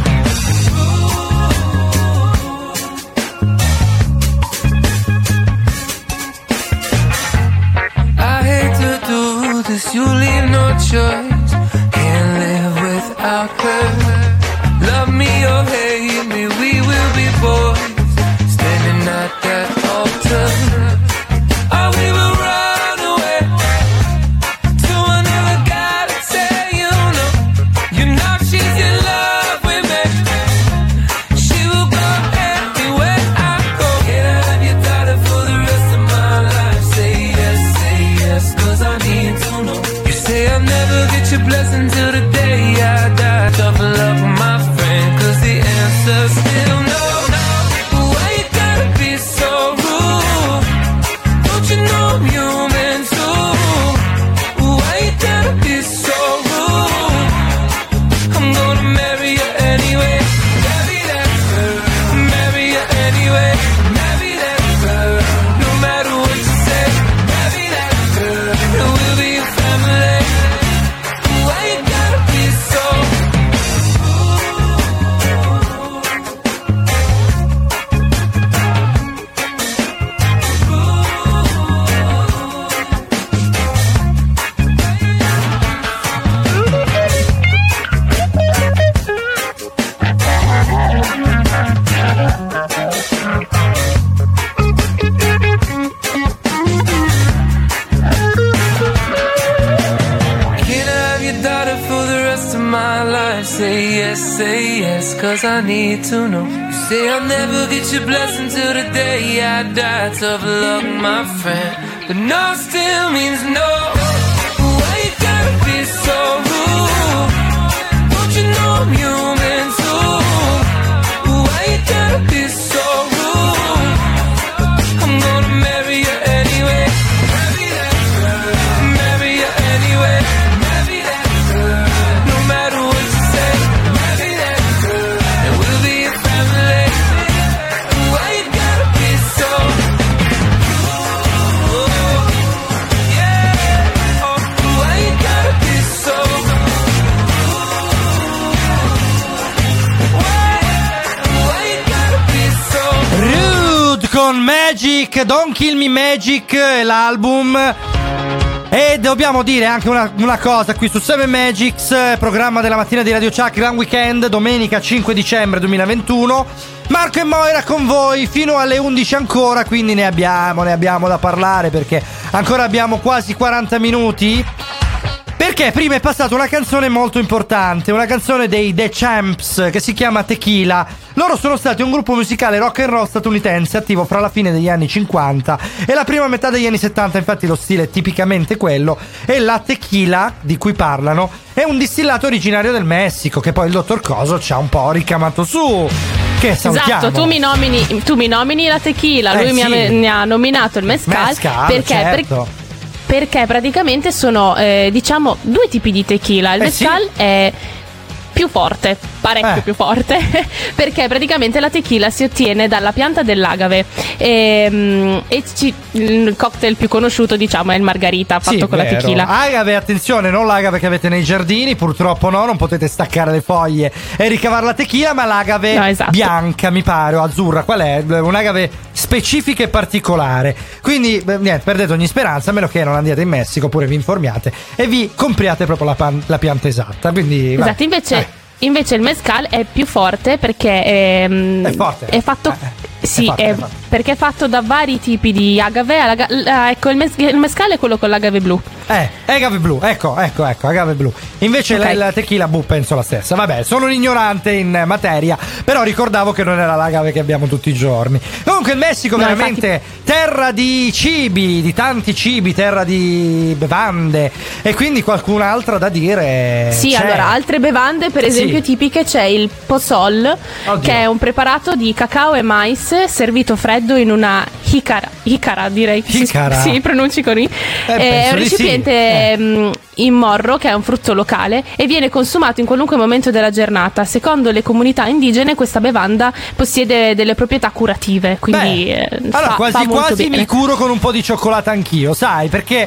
I hate to do this, you leave no choice. Can't live without her. Love me or hate me, we will be boys, standing at that altar. Or we will run away to another guy to say you know. You know she's in love with me. She will go anywhere I go. Can I have your daughter for the rest of my life? Say yes, say yes, 'cause I need to know. You say I'll never get your blessing till the day I die. Tough luck, my friend, 'cause the answer's still no. Why you gotta be so rude? Don't you know I'm human too? Why you gotta be so rude? I'm gonna marry you anyway. Marry that girl. Marry you anyway. Marry that girl. No matter what you say. Marry that girl. And we'll be a family. Why you gotta be so Can I have your daughter for the rest of my life? Say yes, say yes, 'cause I need to know. You say I'll never get your blessing till the day I die. Tough luck, my friend, but no still means no. Why you gotta be so rude? Don't you know I'm human too? Why you gotta be so rude? I'm gonna marry you anyway. Marry that girl. Marry you anyway. Marry that girl. No matter what you say. Marry that girl. And we'll be a family. Why you gotta be so yeah. Oh, why you gotta be so Why, why you gotta be so Rude con Magic, Don't Kill Me Magic, è l'album. E dobbiamo dire anche una, una cosa qui su seven Magics, programma della mattina di Radio Chuck, Gran Weekend, domenica cinque dicembre duemilaventuno. Marco e Moira con voi fino alle undici ancora, quindi ne abbiamo, ne abbiamo da parlare perché ancora abbiamo quasi quaranta minuti. Perché prima è passata una canzone molto importante, una canzone dei The Champs che si chiama Tequila. Loro sono stati un gruppo musicale rock and roll statunitense attivo fra la fine degli anni cinquanta e la prima metà degli anni settanta, infatti lo stile è tipicamente quello, e la tequila di cui parlano è un distillato originario del Messico che poi il dottor Coso ci ha un po' ricamato su. Che salutiamo. Esatto, tu mi nomini, tu mi nomini la tequila, Eh, lui mi, ha, sì. mi ha nominato il mezcal, Mezcal, perché certo. per- perché praticamente sono eh, diciamo due tipi di tequila. Il Eh, mezcal sì. è più forte, parecchio Eh. più forte, perché praticamente la tequila si ottiene dalla pianta dell'agave e, mm, e ci- il cocktail più conosciuto diciamo è il margarita fatto Sì, con la vero. tequila. Agave, attenzione, non l'agave che avete nei giardini, purtroppo no, non potete staccare le foglie e ricavare la tequila, ma l'agave No, esatto. bianca, mi pare, o azzurra, qual è? Un'agave specifica e particolare. Quindi, beh, niente, perdete ogni speranza, a meno che non andiate in Messico, oppure vi informiate e vi compriate proprio la, pan- la pianta esatta. Quindi, vai. Esatto, invece, Eh. invece il mezcal è più forte perché ehm, È forte? è fatto. Eh, Sì, è forte, è- è forte. perché è fatto da vari tipi di agave. Alaga- l- ecco, il, mes- il mezcal è quello con l'agave blu. Eh, agave blu, ecco, ecco, ecco, agave blu. Invece Ok. la, la tequila, boh, penso la stessa. Vabbè, sono un ignorante in materia, però ricordavo che non era l'agave che abbiamo tutti i giorni. Comunque il Messico No, veramente terra di cibi, di tanti cibi, terra di bevande e quindi qualcun'altra da dire. Sì, c'è. allora, altre bevande, per esempio, Sì. tipiche c'è il pozol, Oddio. che è un preparato di cacao e mais servito freddo in una jicara, jicara direi. che si- Jicara. Sì, pronunci con i. Eh, è penso un di sì. recipiente Eh. mm, in morro, che è un frutto locale, e viene consumato in qualunque momento della giornata. Secondo le comunità indigene, questa bevanda possiede delle proprietà curative, quindi Beh, eh, allora fa- quasi fa molto quasi bene. mi curo con un po' di cioccolato anch'io, sai, perché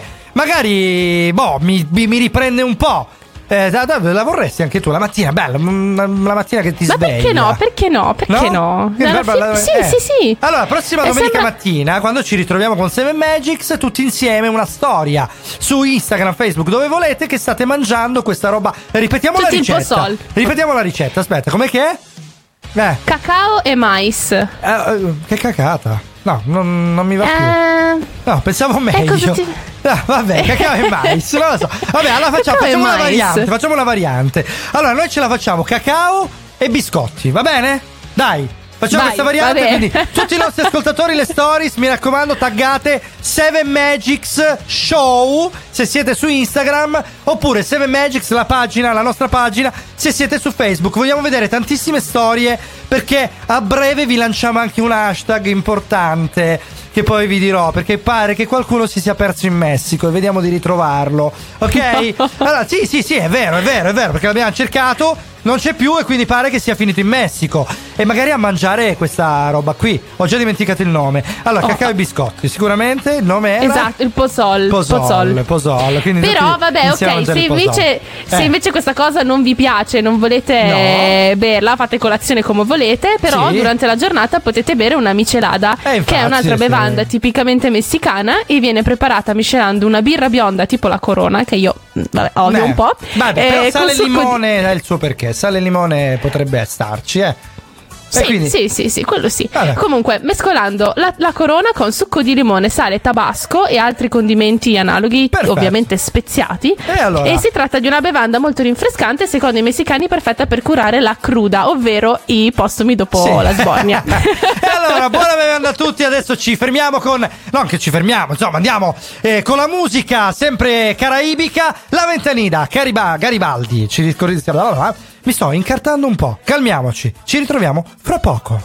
magari boh mi, mi- mi riprende un po'. Eh, da- da- la vorresti anche tu la mattina, bella, mm, la mattina che ti Ma sveglia. perché no? Perché no? Perché no? Quindi, Alla guarda, fi- eh. Sì, sì, sì. Allora, prossima E domenica sembra- mattina, quando ci ritroviamo con Seven Magics, tutti insieme una storia su Instagram, Facebook, dove volete, che state mangiando questa roba. Ripetiamo Tutti la in ricetta. posol. Ripetiamo la ricetta, aspetta, com'è che è? Eh, Cacao e mais. eh, eh, che cacata. No, non, non mi va più. Eh, No, pensavo meglio. cosa ti- No, vabbè, cacao e mais, non lo so. Vabbè, allora facciamo, Cacao e facciamo una mais. variante, facciamo una variante. Allora, noi ce la facciamo cacao e biscotti, va bene? Dai, facciamo Vai, questa variante, va bene. quindi tutti i nostri ascoltatori, le stories, mi raccomando, taggate Seven Magics Show se siete su Instagram, oppure Seven Magics, la pagina, la nostra pagina, se siete su Facebook. Vogliamo vedere tantissime storie, perché a breve vi lanciamo anche un hashtag importante che poi vi dirò, perché pare che qualcuno si sia perso in Messico e vediamo di ritrovarlo. Ok? Allora, sì, sì, sì, è vero, è vero, è vero, perché l'abbiamo cercato, non c'è più e quindi pare che sia finito in Messico. E magari a mangiare questa roba qui. Ho già dimenticato il nome. Allora, Oh. cacao e biscotti, sicuramente il nome era Esatto, il pozol. Pozol, pozol. pozol. Quindi Però tutti vabbè, insieme a ok, mangiare se il pozol. invece, se Eh. invece questa cosa non vi piace, non volete No. eh, berla, fate colazione come volete, però Sì. durante la giornata potete bere una michelada, Eh, infatti, che è un'altra sì. bevanda tipicamente messicana e viene preparata miscelando una birra bionda tipo la Corona, che io mm, vabbè, odio Eh. un po'. Vabbè, però eh, sale con e succo di- limone è il suo perché. Sale e limone potrebbe starci, eh. E Sì, quindi- sì, sì, sì, quello sì. Vabbè. Comunque, mescolando la, la Corona con succo di limone, sale, tabasco e altri condimenti analoghi, Perfetto. ovviamente speziati. E allora? E si tratta di una bevanda molto rinfrescante, secondo i messicani perfetta per curare la cruda, ovvero i postumi dopo Sì. la sbornia. E allora, buona bevanda a tutti. Adesso ci fermiamo con. Non che ci fermiamo, insomma, andiamo eh, con la musica sempre caraibica. La Ventanida, Cariba, Garibaldi. Ci ricordiamo. Mi sto incartando un po'. Calmiamoci. Ci ritroviamo fra poco.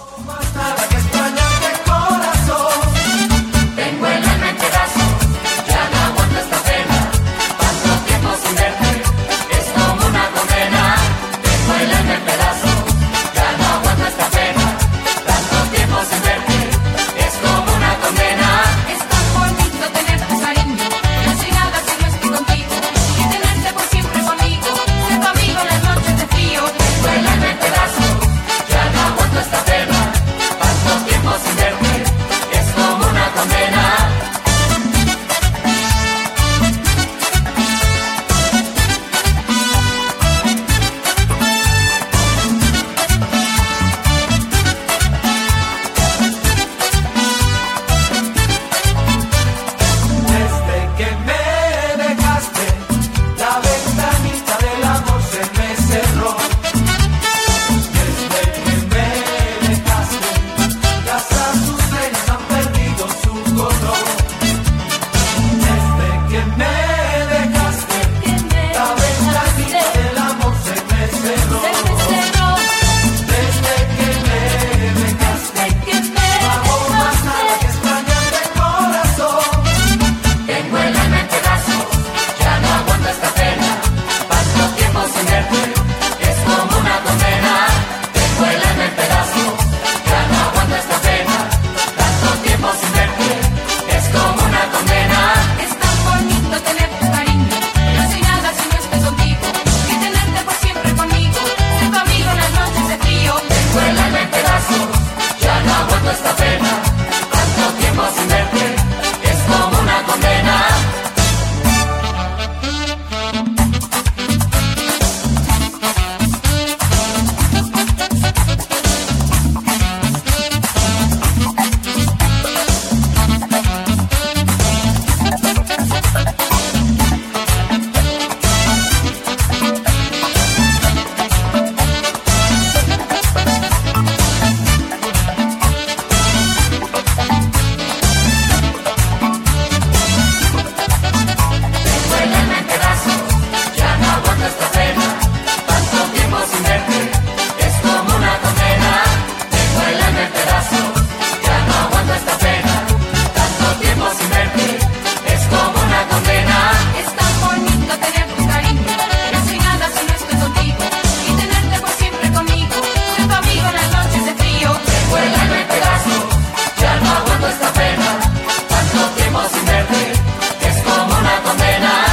Tengo el alma en pedazos, ya no aguanto esta pena. Tanto tiempo sin verte, es como una condena. Tengo el alma en pedazos, ya no aguanto esta pena. Tanto tiempo sin verte, es como una condena. Es tan bonito tenerte, cariño, yo sin nada si no estoy contigo. Y tenerte por siempre conmigo, ser tu amigo en las noches de frío. Tengo el alma en pedazos, ya no aguanto esta pena.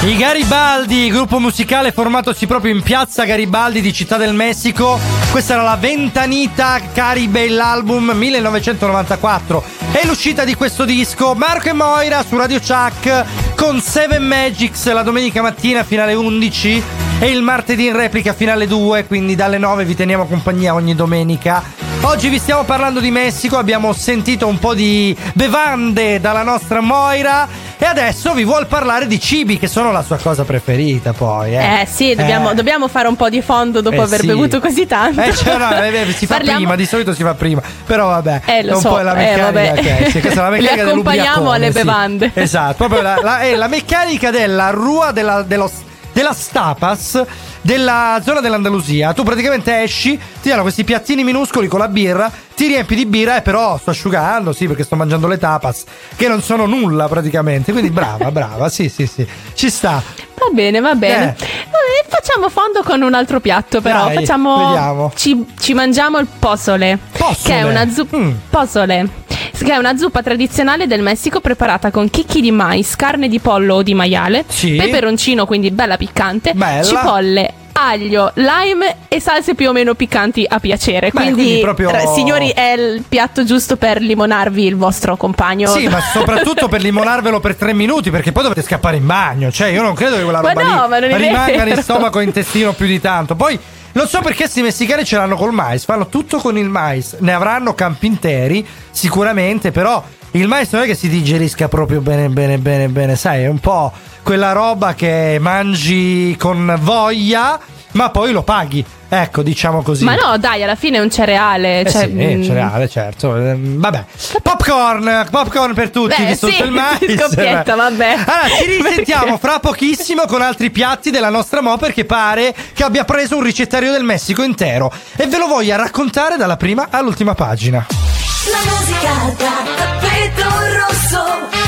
I Garibaldi, gruppo musicale formatosi proprio in piazza Garibaldi di Città del Messico. Questa era la Ventanita Caribe, l'album millenovecentonovantaquattro. È l'uscita di questo disco. Marco e Moira su Radio Chuck con Seven Magics la domenica mattina fino alle undici e il martedì in replica fino alle due, quindi dalle nove vi teniamo compagnia ogni domenica. Oggi vi stiamo parlando di Messico, abbiamo sentito un po' di bevande dalla nostra Moira e adesso vi vuol parlare di cibi che sono la sua cosa preferita poi. Eh, eh sì, dobbiamo, eh. dobbiamo fare un po' di fondo dopo Eh, aver sì. bevuto così tanto. Eh, cioè, no, eh, si fa Parliamo- prima, di solito si fa prima. Però vabbè, Eh, lo è un so, po' la eh, meccanica. vabbè. che- sì, questa è la meccanica Li accompagniamo dell'ubriacone, alle sì. bevande. Esatto, proprio la, la- è la meccanica della rua della, dello, della Stapas della zona dell'Andalusia. Tu praticamente esci, ti danno questi piattini minuscoli con la birra, ti riempi di birra e però sto asciugando, sì, perché sto mangiando le tapas che non sono nulla praticamente. Quindi brava, brava, sì, sì, sì. Ci sta. Va bene, va bene. Eh, facciamo fondo con un altro piatto, però. Dai, facciamo. vediamo. Ci, ci mangiamo il pozole. Pozole? Che è una zuppa. Mm. Pozole. Che è una zuppa tradizionale del Messico preparata con chicchi di mais, carne di pollo o di maiale, Sì. peperoncino, quindi bella piccante, Bella. cipolle, aglio, lime e salse più o meno piccanti a piacere. Beh, quindi, quindi proprio- tra- signori, è il piatto giusto per limonarvi il vostro compagno. Sì, ma soprattutto per limonarvelo per tre minuti, perché poi dovete scappare in bagno. Cioè, io non credo che quella Ma roba no, lì ma non è rimanga vero. in stomaco e intestino più di tanto. Poi non so perché questi messicani ce l'hanno col mais, fanno tutto con il mais. Ne avranno campi interi, sicuramente, però il mais non è che si digerisca proprio bene, bene, bene, bene. Sai, è un po' quella roba che mangi con voglia, ma poi lo paghi. Ecco, diciamo così. Ma no, dai, alla fine è un cereale. Eh cioè, sì, eh, mm, cereale, certo. Ehm, Vabbè. Popcorn, popcorn per tutti, Beh, di sotto sì, il mais. scoppietta, vabbè. Allora, ci risentiamo Perché? fra pochissimo con altri piatti della nostra Mo, perché pare che abbia preso un ricettario del Messico intero e ve lo voglio raccontare dalla prima all'ultima pagina. La musica da tappeto rosso.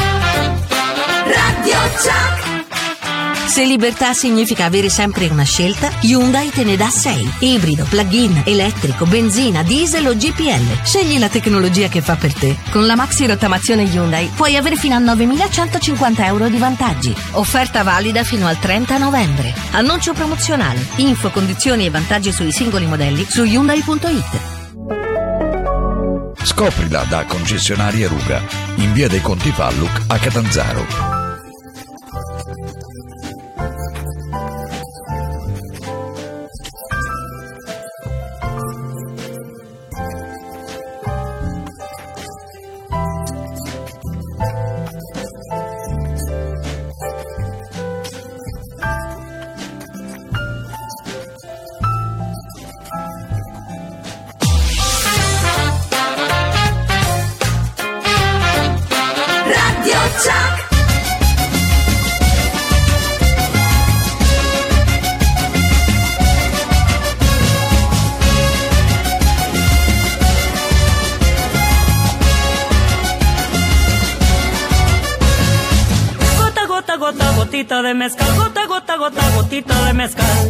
Radio Chuck. Se libertà significa avere sempre una scelta, Hyundai te ne dà sei. Ibrido, plug-in, elettrico, benzina, diesel o G P L. Scegli la tecnologia che fa per te. Con la maxi rottamazione Hyundai puoi avere fino a novemilacentocinquanta euro di vantaggi. Offerta valida fino al trenta novembre. Annuncio promozionale. Info, condizioni e vantaggi sui singoli modelli su Hyundai punto it. Scoprila da concessionarie Ruga in via dei Conti Palluc a Catanzaro. Radio Chuck. Gota, gota, gota, gotita de mezcal. Gota, gota, gota, gotita de mezcal.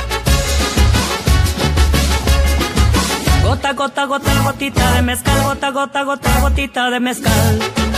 Gota, gota, gota, gotita de mezcal. Gota, gota, gota, gotita de mezcal.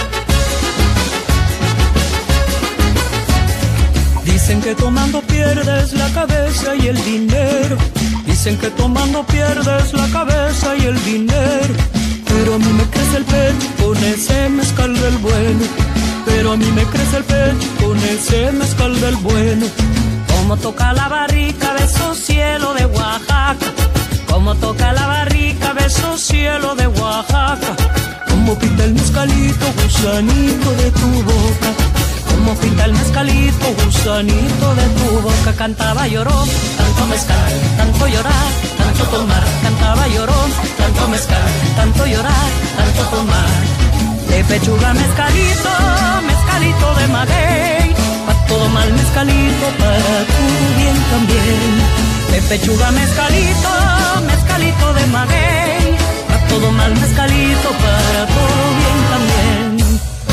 Dicen que tomando pierdes la cabeza y el dinero. Dicen que tomando pierdes la cabeza y el dinero. Pero a mí me crece el pecho con ese mezcal del bueno. Pero a mí me crece el pecho con ese mezcal del bueno. Como toca la barrica, beso cielo de Oaxaca. Como toca la barrica, beso cielo de Oaxaca. Como pinta el mezcalito, gusanito de tu boca. Como pinta el mezcalito, gusanito de tu boca. Cantaba llorón, tanto mezcal, tanto llorar, tanto tomar. Cantaba llorón, tanto mezcal, tanto llorar, tanto tomar. De pechuga mezcalito, mezcalito de maguey. Pa' todo mal mezcalito, para tu bien también. De pechuga mezcalito, mezcalito de maguey. Pa' todo mal mezcalito, para todo bien también.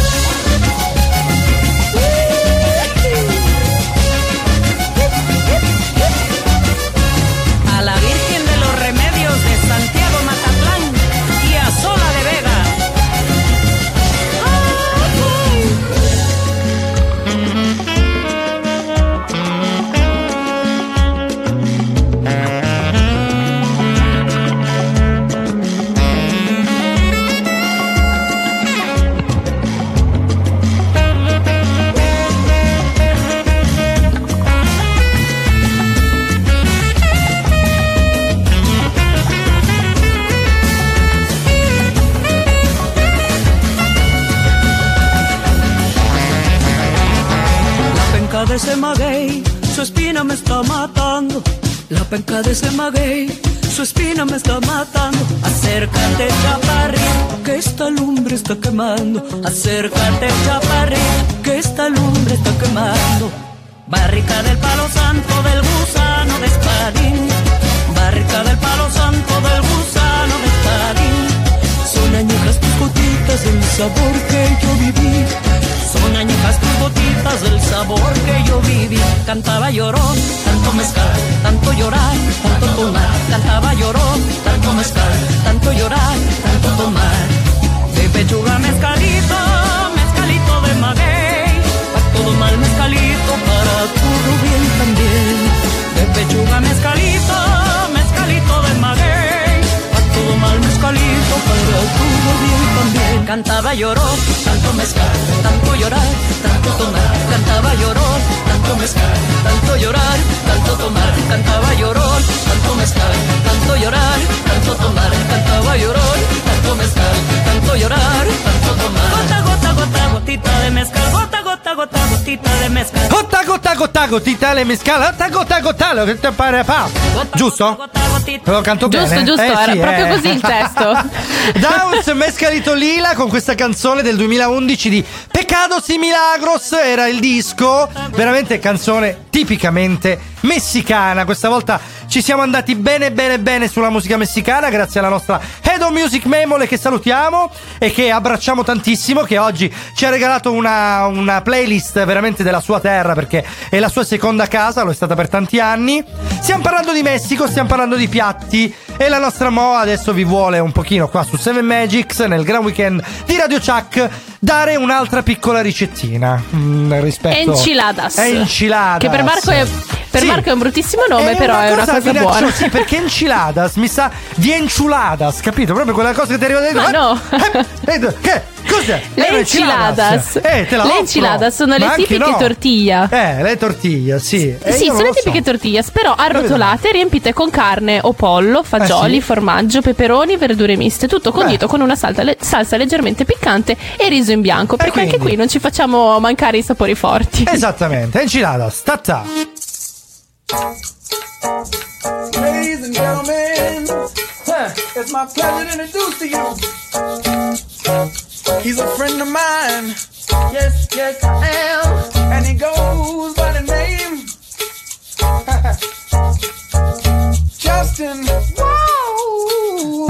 A la Virgen de los Remedios de Santiago Mazatlán y a Sola de Vega. de ese maguey, su espina me está matando. La penca de ese maguey, su espina me está matando. Acércate, chaparrita, que esta lumbre está quemando. Acércate, chaparrita, que esta lumbre está quemando. Barrica del palo santo del gusano de espadín. Barrica del palo santo del gusano de espadín. Son añejas tus gotitas del sabor que yo viví. Son añejas tus gotitas del sabor que yo viví. Cantaba llorón, tanto mezcal, tanto llorar, tanto tomar. Cantaba llorón, tanto mezcal, tanto llorar, tanto tomar. De pechuga mezcalito, mezcalito de maguey. Pa' todo mal mezcalito, para todo bien también. De pechuga mezcalito, mezcalito de maguey. Pa' todo mal mezcalito, para todo bien también. Cantaba llorón, tanto mezcal, tanto llorar, tanto tomar. Cantaba llorón, tanto mezcal, tanto llorar, tanto tomar. Cantaba llorón, tanto mezcal, tanto llorar, tanto tomar. Cantaba llorón, tanto mezcal, tanto llorar, tanto tomar. Gota, gota, gota, gotita de mezcal. Gota, gota, gota, gotita de mezcal. Gota, gota, gota, gotita de mezcal. Gota, gota, gota, lo che te pare fa. Giusto? Lo canto Giusto, bene? giusto, Eh, era sì, proprio eh. così il testo. Downs Mescalito Lila con questa canzone del duemilaundici di Pecados y Milagros, era il disco, veramente canzone tipicamente messicana. Questa volta ci siamo andati bene bene bene sulla musica messicana grazie alla nostra Head of Music Memole, che salutiamo e che abbracciamo tantissimo, che oggi ci ha regalato una, una playlist veramente della sua terra, perché è la sua seconda casa, lo è stata per tanti anni. Stiamo parlando di Messico, stiamo parlando di piatti e la nostra Mo adesso vi vuole un pochino qua su Seven Magics nel Gran Weekend di Radio Chuck dare un'altra piccola ricettina mm, rispetto Enchiladas. Enchiladas Che per Marco è, per Sì. Marco è un bruttissimo nome, È però una è una cosa cosa minacciosa, buona. sì, perché enchiladas mi sa di enchuladas, capito? Proprio quella cosa che ti arriva dentro. Ma no. Eh, eh, che? Cos'è? Le È enchiladas. Eh, te la Le offro. enchiladas sono le Ma anche tipiche no. tortilla. Eh, le tortiglie, sì. E Sì, io non sono lo le tipiche so. tortillas, però arrotolate, riempite con carne o pollo, fagioli, Eh sì. formaggio, peperoni, verdure miste, tutto condito con una salsa, le- salsa leggermente piccante e riso in bianco, perché anche quindi? qui non ci facciamo mancare i sapori forti. Esattamente, enchiladas, tata. Ladies and gentlemen, huh, it's my pleasure to introduce to you. He's a friend of mine. Yes, yes, I am. And he goes by the name Justin. Whoa.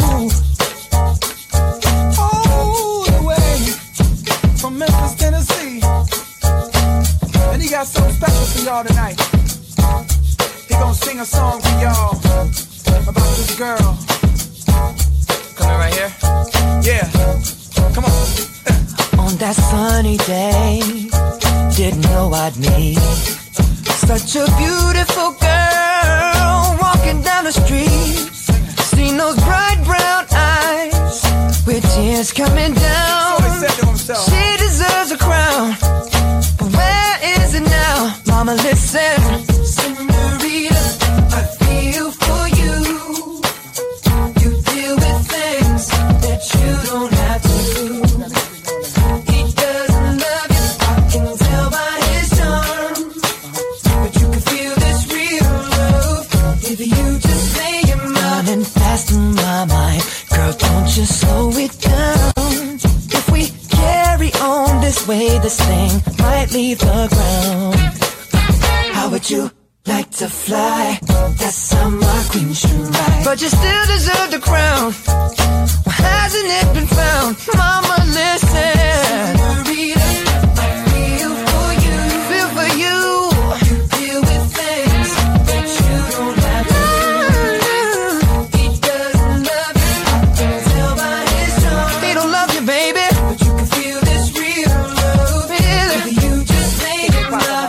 All the way from Memphis, Tennessee. And he got something special for y'all tonight. He gonna sing a song for y'all about this girl. Coming right here? Yeah. Come on. On that sunny day, didn't know I'd meet such a beautiful girl walking down the street. Seen those bright brown eyes with tears coming down. So he said to himself. She deserves a crown, but where is it now? Mama, listen. Senorita, I feel for you. You deal with things that you don't have to. He doesn't love you, I can tell by his charm. But you can feel this real love if you just lay your mind and fast in my mind. Girl, don't you slow it down. If we carry on this way, this thing might leave the ground. How would you like to fly? That's how my queen should ride. But you still deserve the crown. Why hasn't it been found? Mama, listen. Senorita, I feel for you. Feel for you. You deal with things that you don't have to do. He doesn't love you, I can tell by his charm. He don't love you, baby, but you can feel this real love. If you just lay it down.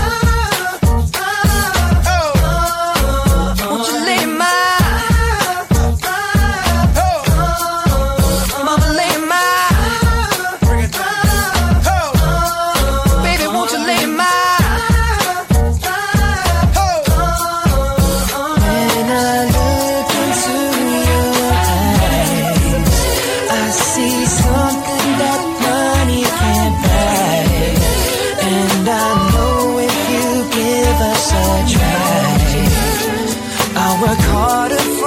Won't you lay my Mama, lay my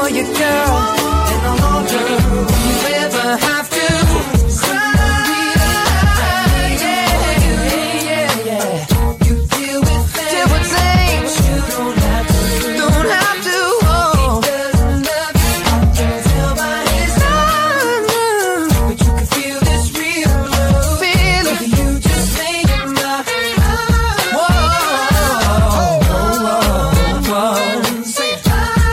for you, girl, and I'll hold you. You ever have to cry, yeah, yeah, yeah. You deal with things, deal with things you don't have to, don't have to. Oh, he doesn't love you, I can tell by his eyes, but you can feel this real love, feel it. You just made it my whoa, whoa, whoa, whoa. Say it.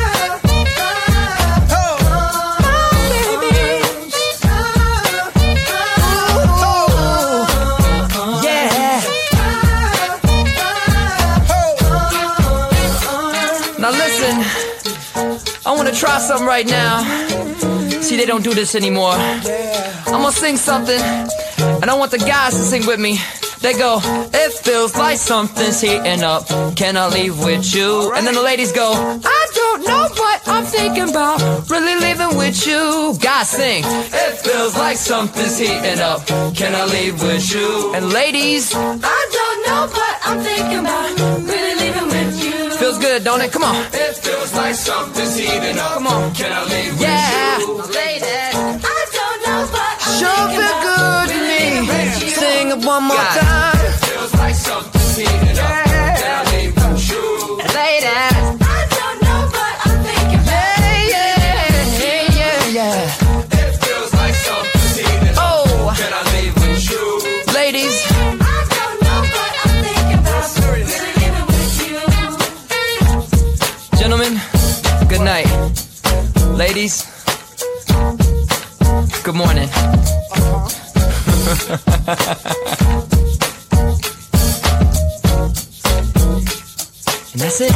Now listen, I wanna try something right now. See, they don't do this anymore. I'm gonna sing something, and I want the guys to sing with me. They go, it feels like something's heating up. Can I leave with you? And then the ladies go, I don't know what I'm thinking about. Really leaving with you. Guys sing, it feels like something's heating up. Can I leave with you? And ladies, I don't know what I'm thinking about. Really leaving with you. Feels good, don't it? Come on. It feels like something's heating up. Come on. Can I leave with yeah. you? Ladies, I don't know what I'm sure thinking feel good to me. Sing it one more God. time. It feels like something's heating up. Yeah. Can I leave with you? Ladies, I don't know what I'm thinking about. Yeah, yeah, yeah, yeah, yeah. It feels like something's heating up. Oh. Can I leave with you? Ladies, I don't know what I'm thinking about. Really living with you. Gentlemen, good night. Ladies, good morning. And that's it.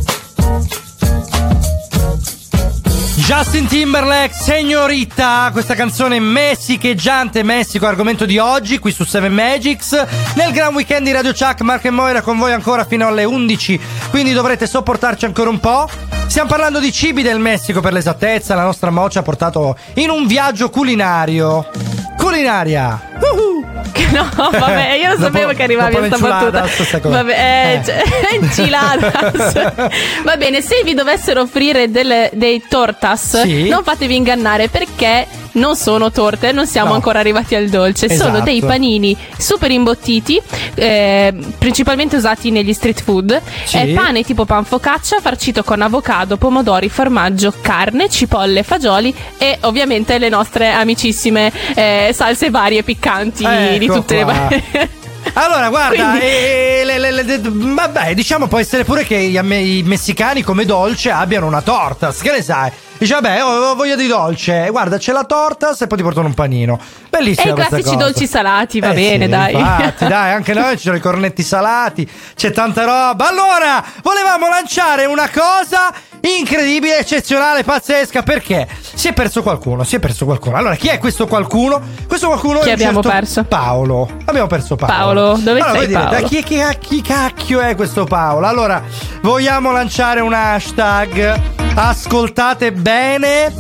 Justin Timberlake, Señorita, questa canzone messiccheggiante, Messico, argomento di oggi qui su Seven Magics. Nel Gran Weekend di Radio Chuck, Marco e Moira con voi ancora fino alle undici, quindi dovrete sopportarci ancora un po'. Stiamo parlando di cibi del Messico, per l'esattezza. La nostra Mo ci ha portato in un viaggio culinario. Culinaria. Uh-huh. No, vabbè, io non sapevo che arrivavi a sta battuta. Vabbè, eh, Eh. cioè, enchiladas. Va bene, se vi dovessero offrire delle, dei tortas, Sì. non fatevi ingannare, perché non sono torte, non siamo No. ancora arrivati al dolce. Sono Esatto. dei panini super imbottiti, eh, principalmente usati negli street food. Sì. È pane tipo pan focaccia, farcito con avocado, pomodori, formaggio, carne, cipolle, fagioli e ovviamente le nostre amicissime eh, salse varie piccanti di Ecco tutte le qua. varie. Allora, guarda, Quindi- e- e- le- le- le- vabbè, diciamo può essere pure che i, i messicani come dolce abbiano una tortas, che ne sai? Dice, vabbè, ho voglia di dolce, guarda, c'è la tortas e poi ti portano un panino. Bellissima E i questa classici cosa. dolci salati, va Eh bene, sì, dai. Infatti, dai, anche noi ci sono i cornetti salati, c'è tanta roba. Allora, volevamo lanciare una cosa incredibile, eccezionale, pazzesca, perché si è perso qualcuno, si è perso qualcuno. Allora, chi è questo qualcuno? Questo qualcuno Chi è un abbiamo certo perso? Paolo. Abbiamo perso Paolo. Paolo, dove allora, sei, vuoi dire, Paolo? da chi, chi, chi cacchio è questo Paolo? Allora, vogliamo lanciare un hashtag. Ascoltate bene.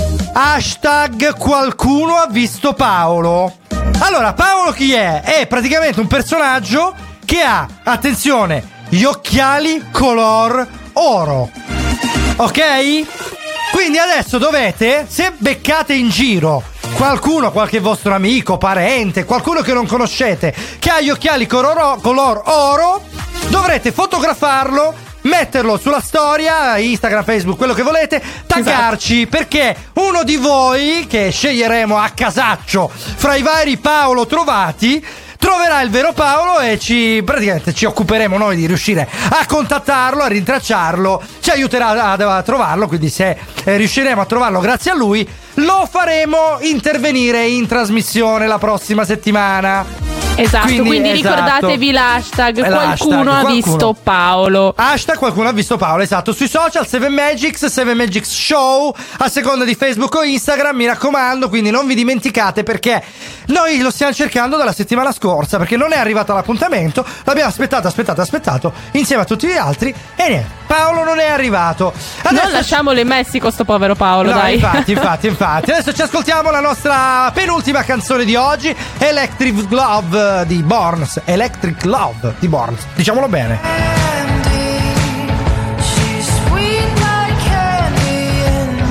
Hashtag qualcuno ha visto Paolo. Allora, Paolo chi è? È praticamente un personaggio che ha, attenzione, gli occhiali color oro. Ok? Quindi adesso dovete, se beccate in giro qualcuno, qualche vostro amico, parente, qualcuno che non conoscete, che ha gli occhiali color, color oro, dovrete fotografarlo, metterlo sulla storia, Instagram, Facebook, quello che volete, taggarci, perché uno di voi, che sceglieremo a casaccio fra i vari Paolo trovati, troverà il vero Paolo e ci praticamente ci occuperemo noi di riuscire a contattarlo, a rintracciarlo, ci aiuterà a, a trovarlo, quindi se eh, riusciremo a trovarlo grazie a lui, lo faremo intervenire in trasmissione la prossima settimana. Esatto, quindi, quindi esatto. ricordatevi l'hashtag È qualcuno l'hashtag, ha qualcuno. visto Paolo. Hashtag qualcuno ha visto Paolo, esatto. Sui social Seven Magics, Seven Magics Show, a seconda di Facebook o Instagram, mi raccomando, quindi non vi dimenticate, perché noi lo stiamo cercando dalla settimana scorsa, perché non è arrivato l'appuntamento, l'abbiamo aspettato, aspettato, aspettato insieme a tutti gli altri e niente, Paolo non è arrivato. Adesso Non lasciamolo in Messico sto povero Paolo, No, dai. infatti, infatti, infatti. Adesso ci ascoltiamo la nostra penultima canzone di oggi, Electric Love di Borns. Electric Love di Borns. Diciamolo bene. She's sweet like candy in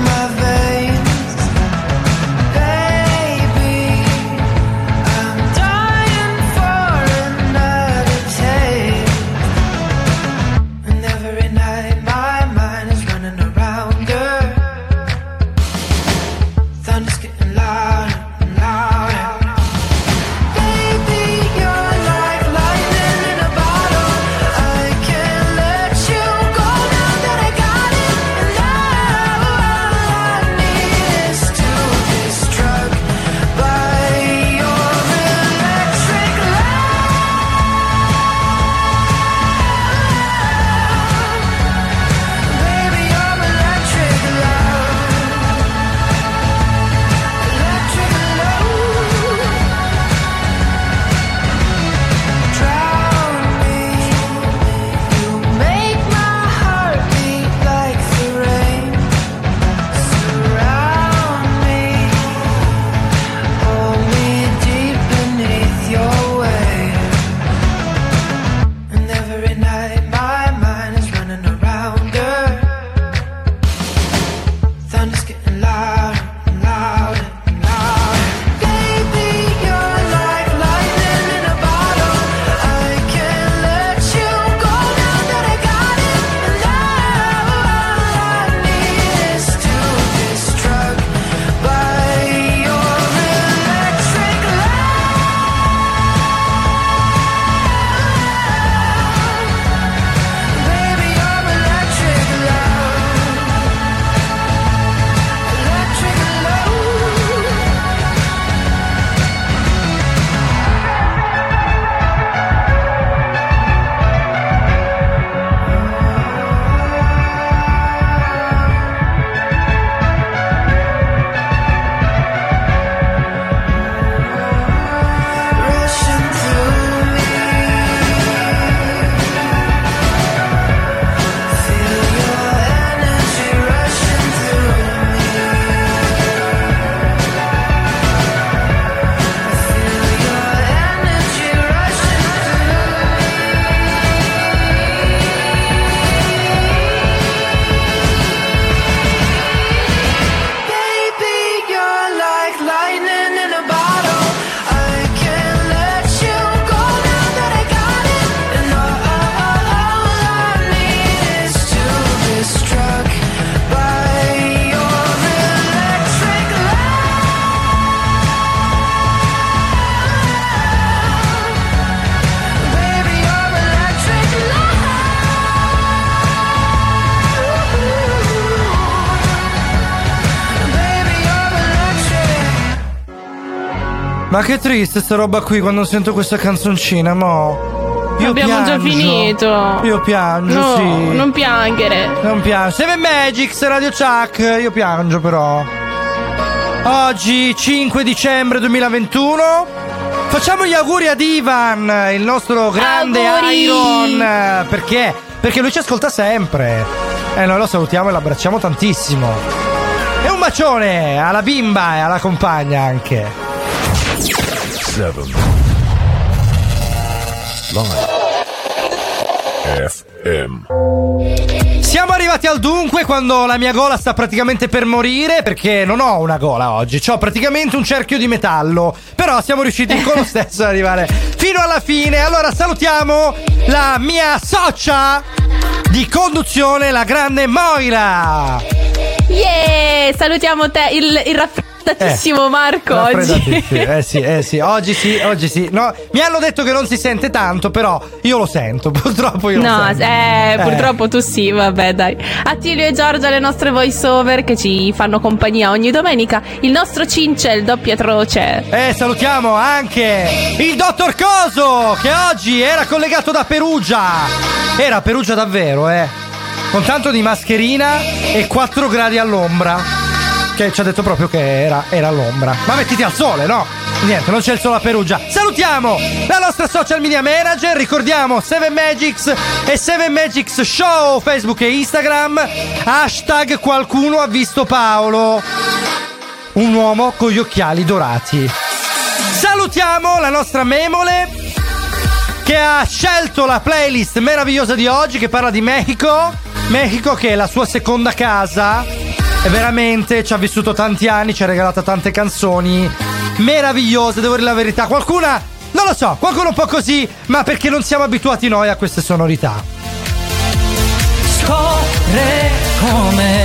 Ma che triste sta roba qui quando sento questa canzoncina, mo. Io Abbiamo piangio. già finito. Io piangio, No, sì. non piangere. Non piango. Seven Magics, Radio Chuck, io piangio però. Oggi, cinque dicembre duemilaventuno, facciamo gli auguri ad Ivan, il nostro grande Auguri. Iron. Perché? Perché lui ci ascolta sempre. E noi lo salutiamo e l'abbracciamo tantissimo. E un bacione alla bimba e alla compagna anche. Seven. Live. F M. Siamo arrivati al dunque quando la mia gola sta praticamente per morire, perché non ho una gola oggi, ho praticamente un cerchio di metallo, però siamo riusciti con lo stesso ad arrivare fino alla fine. Allora salutiamo la mia socia di conduzione, la grande Moira. Yeah! Salutiamo te, il, il raffreddatissimo Eh, Marco oggi. Raffreddatissimo. Eh sì, eh sì, oggi sì, oggi sì. No, mi hanno detto che non si sente tanto, però io lo sento, purtroppo io No, lo sento. eh, purtroppo tu sì, vabbè dai. Attilio e Giorgia, le nostre voice over che ci fanno compagnia ogni domenica. Il nostro Cince, il doppio atroce. E salutiamo anche il dottor Coso, che oggi era collegato da Perugia. Era a Perugia davvero, eh. Con tanto di mascherina e quattro gradi all'ombra. Che ci ha detto proprio che era, era all'ombra. Ma mettiti al sole, no? Niente, non c'è il sole a Perugia. Salutiamo la nostra social media manager. Ricordiamo Seven Magics e Seven Magics Show, Facebook e Instagram. Hashtag qualcuno ha visto Paolo. Un uomo con gli occhiali dorati. Salutiamo la nostra Memole, che ha scelto la playlist meravigliosa di oggi, che parla di Mexico. Mexico che è la sua seconda casa. E veramente ci ha vissuto tanti anni, ci ha regalato tante canzoni meravigliose, devo dire la verità. Qualcuna, non lo so, qualcuno un po' così, ma perché non siamo abituati noi a queste sonorità. Scorre come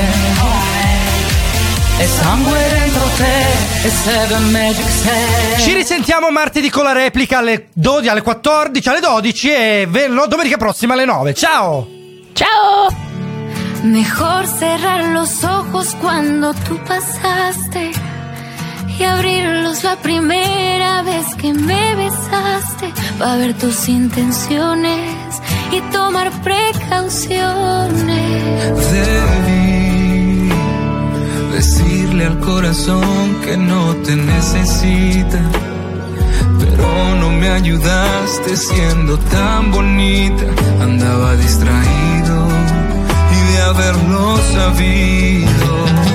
e sangue dentro te e Seven Magic sei. Ci risentiamo martedì con la replica alle dodici, alle quattordici, alle dodici e ve- no, domenica prossima alle nove. Ciao! Ciao! Mejor cerrar los ojos cuando tú pasaste y abrirlos la primera vez que me besaste, para ver tus intenciones y tomar precauciones. Debí decirle al corazón que no te necesita, pero no me ayudaste siendo tan bonita. Andaba distraído y de haberlo sabido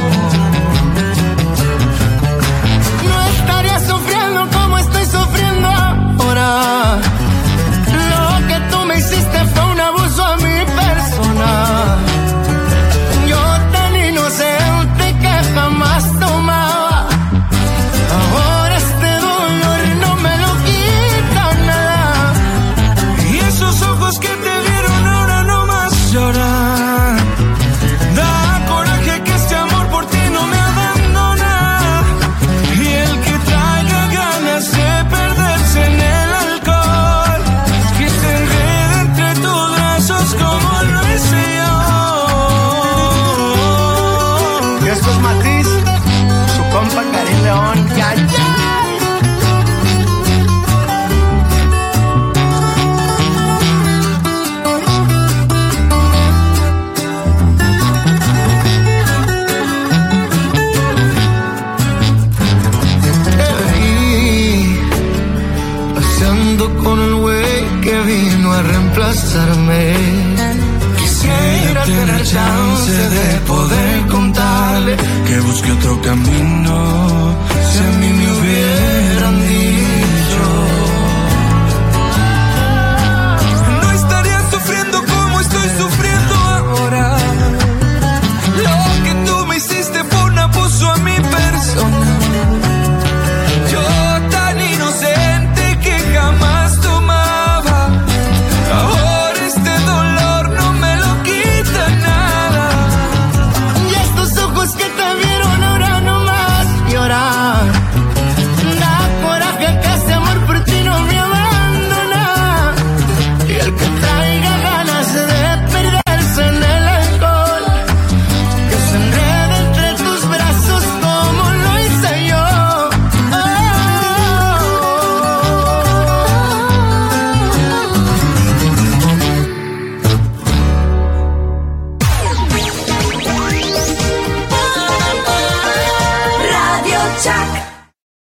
no estaría sufriendo como estoy sufriendo ahora. Lo que tú me hiciste fue un abuso a mi persona. Yo tan inocente que jamás tomaba. Ahora este dolor no me lo quita nada. Y esos ojos que te vieron ahora no más lloran. Da coraje que este amor por ti no me abandona. Y el que traiga ganas de perderse en el alcohol, que se enrede entre tus brazos como lo hice yo. Y esto es Matiz, su compa Karim León. Ya, ya. Paseando con el güey que vino a reemplazarme. Quisiera tener chance de poder contarle que busque otro camino. Si a mí me hubieran dicho